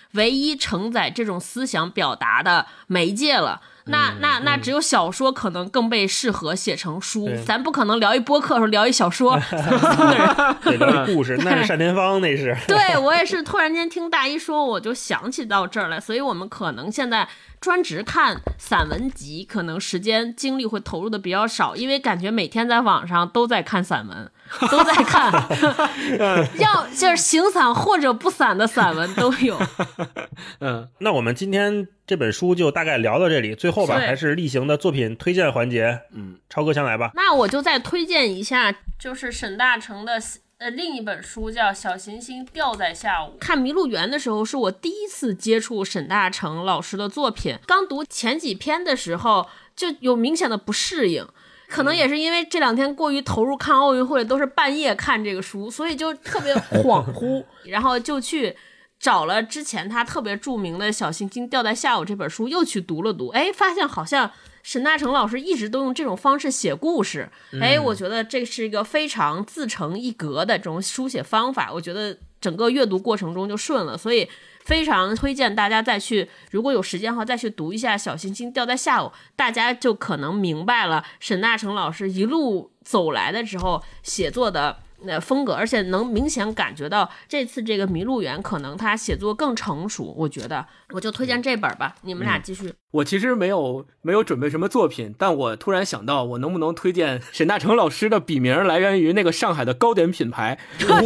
唯一承载这种思想表达的媒介了。那只有小说可能更被适合写成书，咱不可能聊一播客的时候聊一小说， 对，聊一故事，那是单田芳，那是。 对，我也是突然间听大一说，我就想起到这儿来，所以我们可能现在专职看散文集，可能时间精力会投入的比较少，因为感觉每天在网上都在看散文，都在看，要就是行散或者不散的散文都有。 那我们今天这本书就大概聊到这里，最后吧，还是例行的作品推荐环节。超哥先来吧。 那我就再推荐一下，就是沈大成的另一本书叫《小行星掉在下午》。看《麋鹿园》的时候，是我第一次接触沈大成老师的作品。刚读前几篇的时候，就有明显的不适应。可能也是因为这2天过于投入看奥运会，都是半夜看这个书，所以就特别恍惚，然后就去找了之前他特别著名的《小行星掉在下午》这本书，又去读了读，发现好像沈大成老师一直都用这种方式写故事，我觉得这是一个非常自成一格的这种书写方法，我觉得整个阅读过程中就顺了，所以非常推荐大家再去，如果有时间的话再去读一下《小行星掉在下午》，大家就可能明白了沈大成老师一路走来的时候写作的风格，而且能明显感觉到这次这个《麋鹿园》可能他写作更成熟，我觉得我就推荐这本吧，你们俩继续。 我其实没有准备什么作品，但我突然想到，我能不能推荐沈大成老师的笔名来源于那个上海的糕点品牌？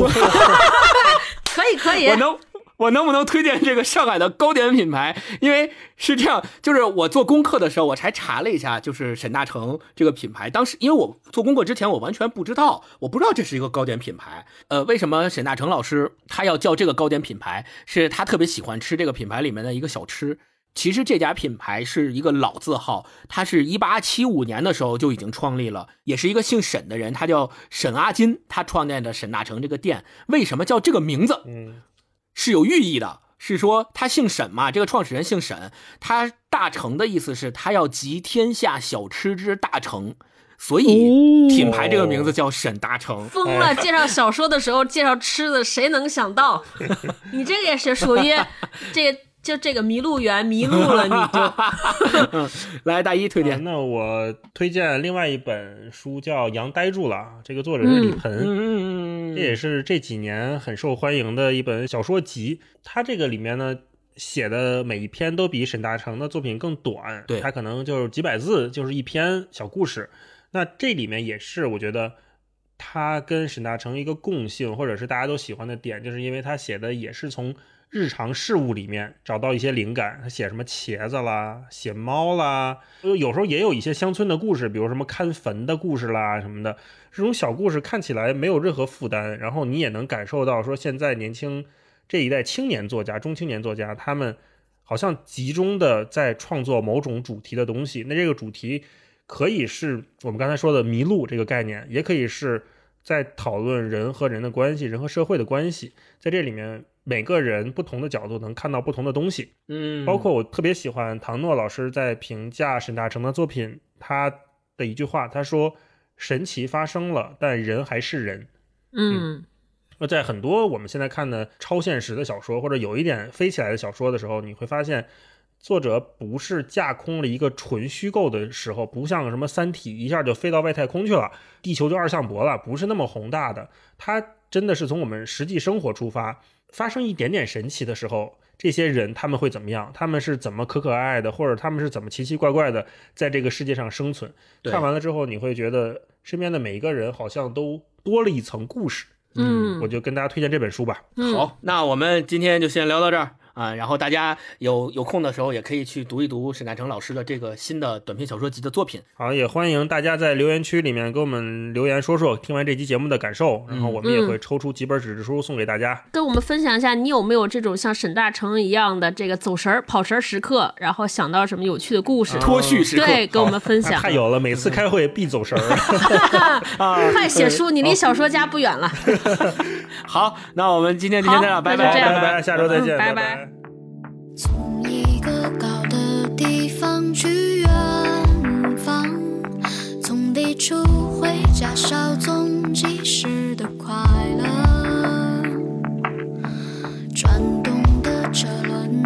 可以。 我能不能推荐这个上海的糕点品牌？因为是这样，就是我做功课的时候，我才查了一下，就是沈大成这个品牌。当时因为我做功课之前，我完全不知道，这是一个糕点品牌。为什么沈大成老师他要叫这个糕点品牌？是他特别喜欢吃这个品牌里面的一个小吃。其实这家品牌是一个老字号，它是1875年的时候就已经创立了，也是一个姓沈的人，他叫沈阿金，他创建的沈大成这个店。为什么叫这个名字？是有寓意的，是说他姓沈嘛，这个创始人姓沈，他大成的意思是他要集天下小吃之大成，所以品牌这个名字叫沈大成。 疯了，介绍小说的时候介绍吃的，谁能想到？你这个也是属于这个麋鹿园迷路了，你就来大一推荐。 那我推荐另外一本书叫《羊呆住了》，这个作者是李鹏，这也是这几年很受欢迎的一本小说集。他这个里面呢写的每一篇都比沈大成的作品更短，他可能就是几百字，就是一篇小故事。那这里面也是我觉得他跟沈大成一个共性，或者是大家都喜欢的点，就是因为他写的也是从日常事物里面找到一些灵感，他写什么茄子啦，写猫啦，有时候也有一些乡村的故事，比如什么看坟的故事啦什么的，这种小故事看起来没有任何负担，然后你也能感受到说现在年轻这一代青年作家、中青年作家，他们好像集中的在创作某种主题的东西。那这个主题可以是我们刚才说的麋鹿这个概念，也可以是在讨论人和人的关系，人和社会的关系，在这里面每个人不同的角度能看到不同的东西。包括我特别喜欢唐诺老师在评价沈大成的作品他的一句话，他说神奇发生了，但人还是人。在很多我们现在看的超现实的小说，或者有一点飞起来的小说的时候，你会发现作者不是架空了一个纯虚构的时候，不像什么三体一下就飞到外太空去了，地球就二向箔了，不是那么宏大的，它真的是从我们实际生活出发，发生一点点神奇的时候，这些人他们会怎么样，他们是怎么可可爱爱的，或者他们是怎么奇奇怪怪的在这个世界上生存。看完了之后你会觉得身边的每一个人好像都多了一层故事。我就跟大家推荐这本书吧。 好，那我们今天就先聊到这儿啊，然后大家有空的时候也可以去读一读沈大成老师的这个新的短篇小说集的作品。 好，也欢迎大家在留言区里面给我们留言说说听完这期节目的感受，然后我们也会抽出几本纸质书送给大家。 跟我们分享一下你有没有这种像沈大成一样的这个走神跑神时刻，然后想到什么有趣的故事， 脱序时刻， 对，跟我们分享。 太有了，每次开会必走神快写书，你离小说家不远了。 好，那我们今天就先这样，拜拜， 拜拜，下周再见， 拜拜。 从一个高的地方去远方，从抵触回家稍纵即逝的快乐，转动的车轮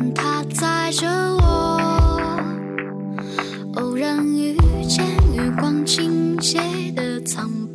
写的苍白。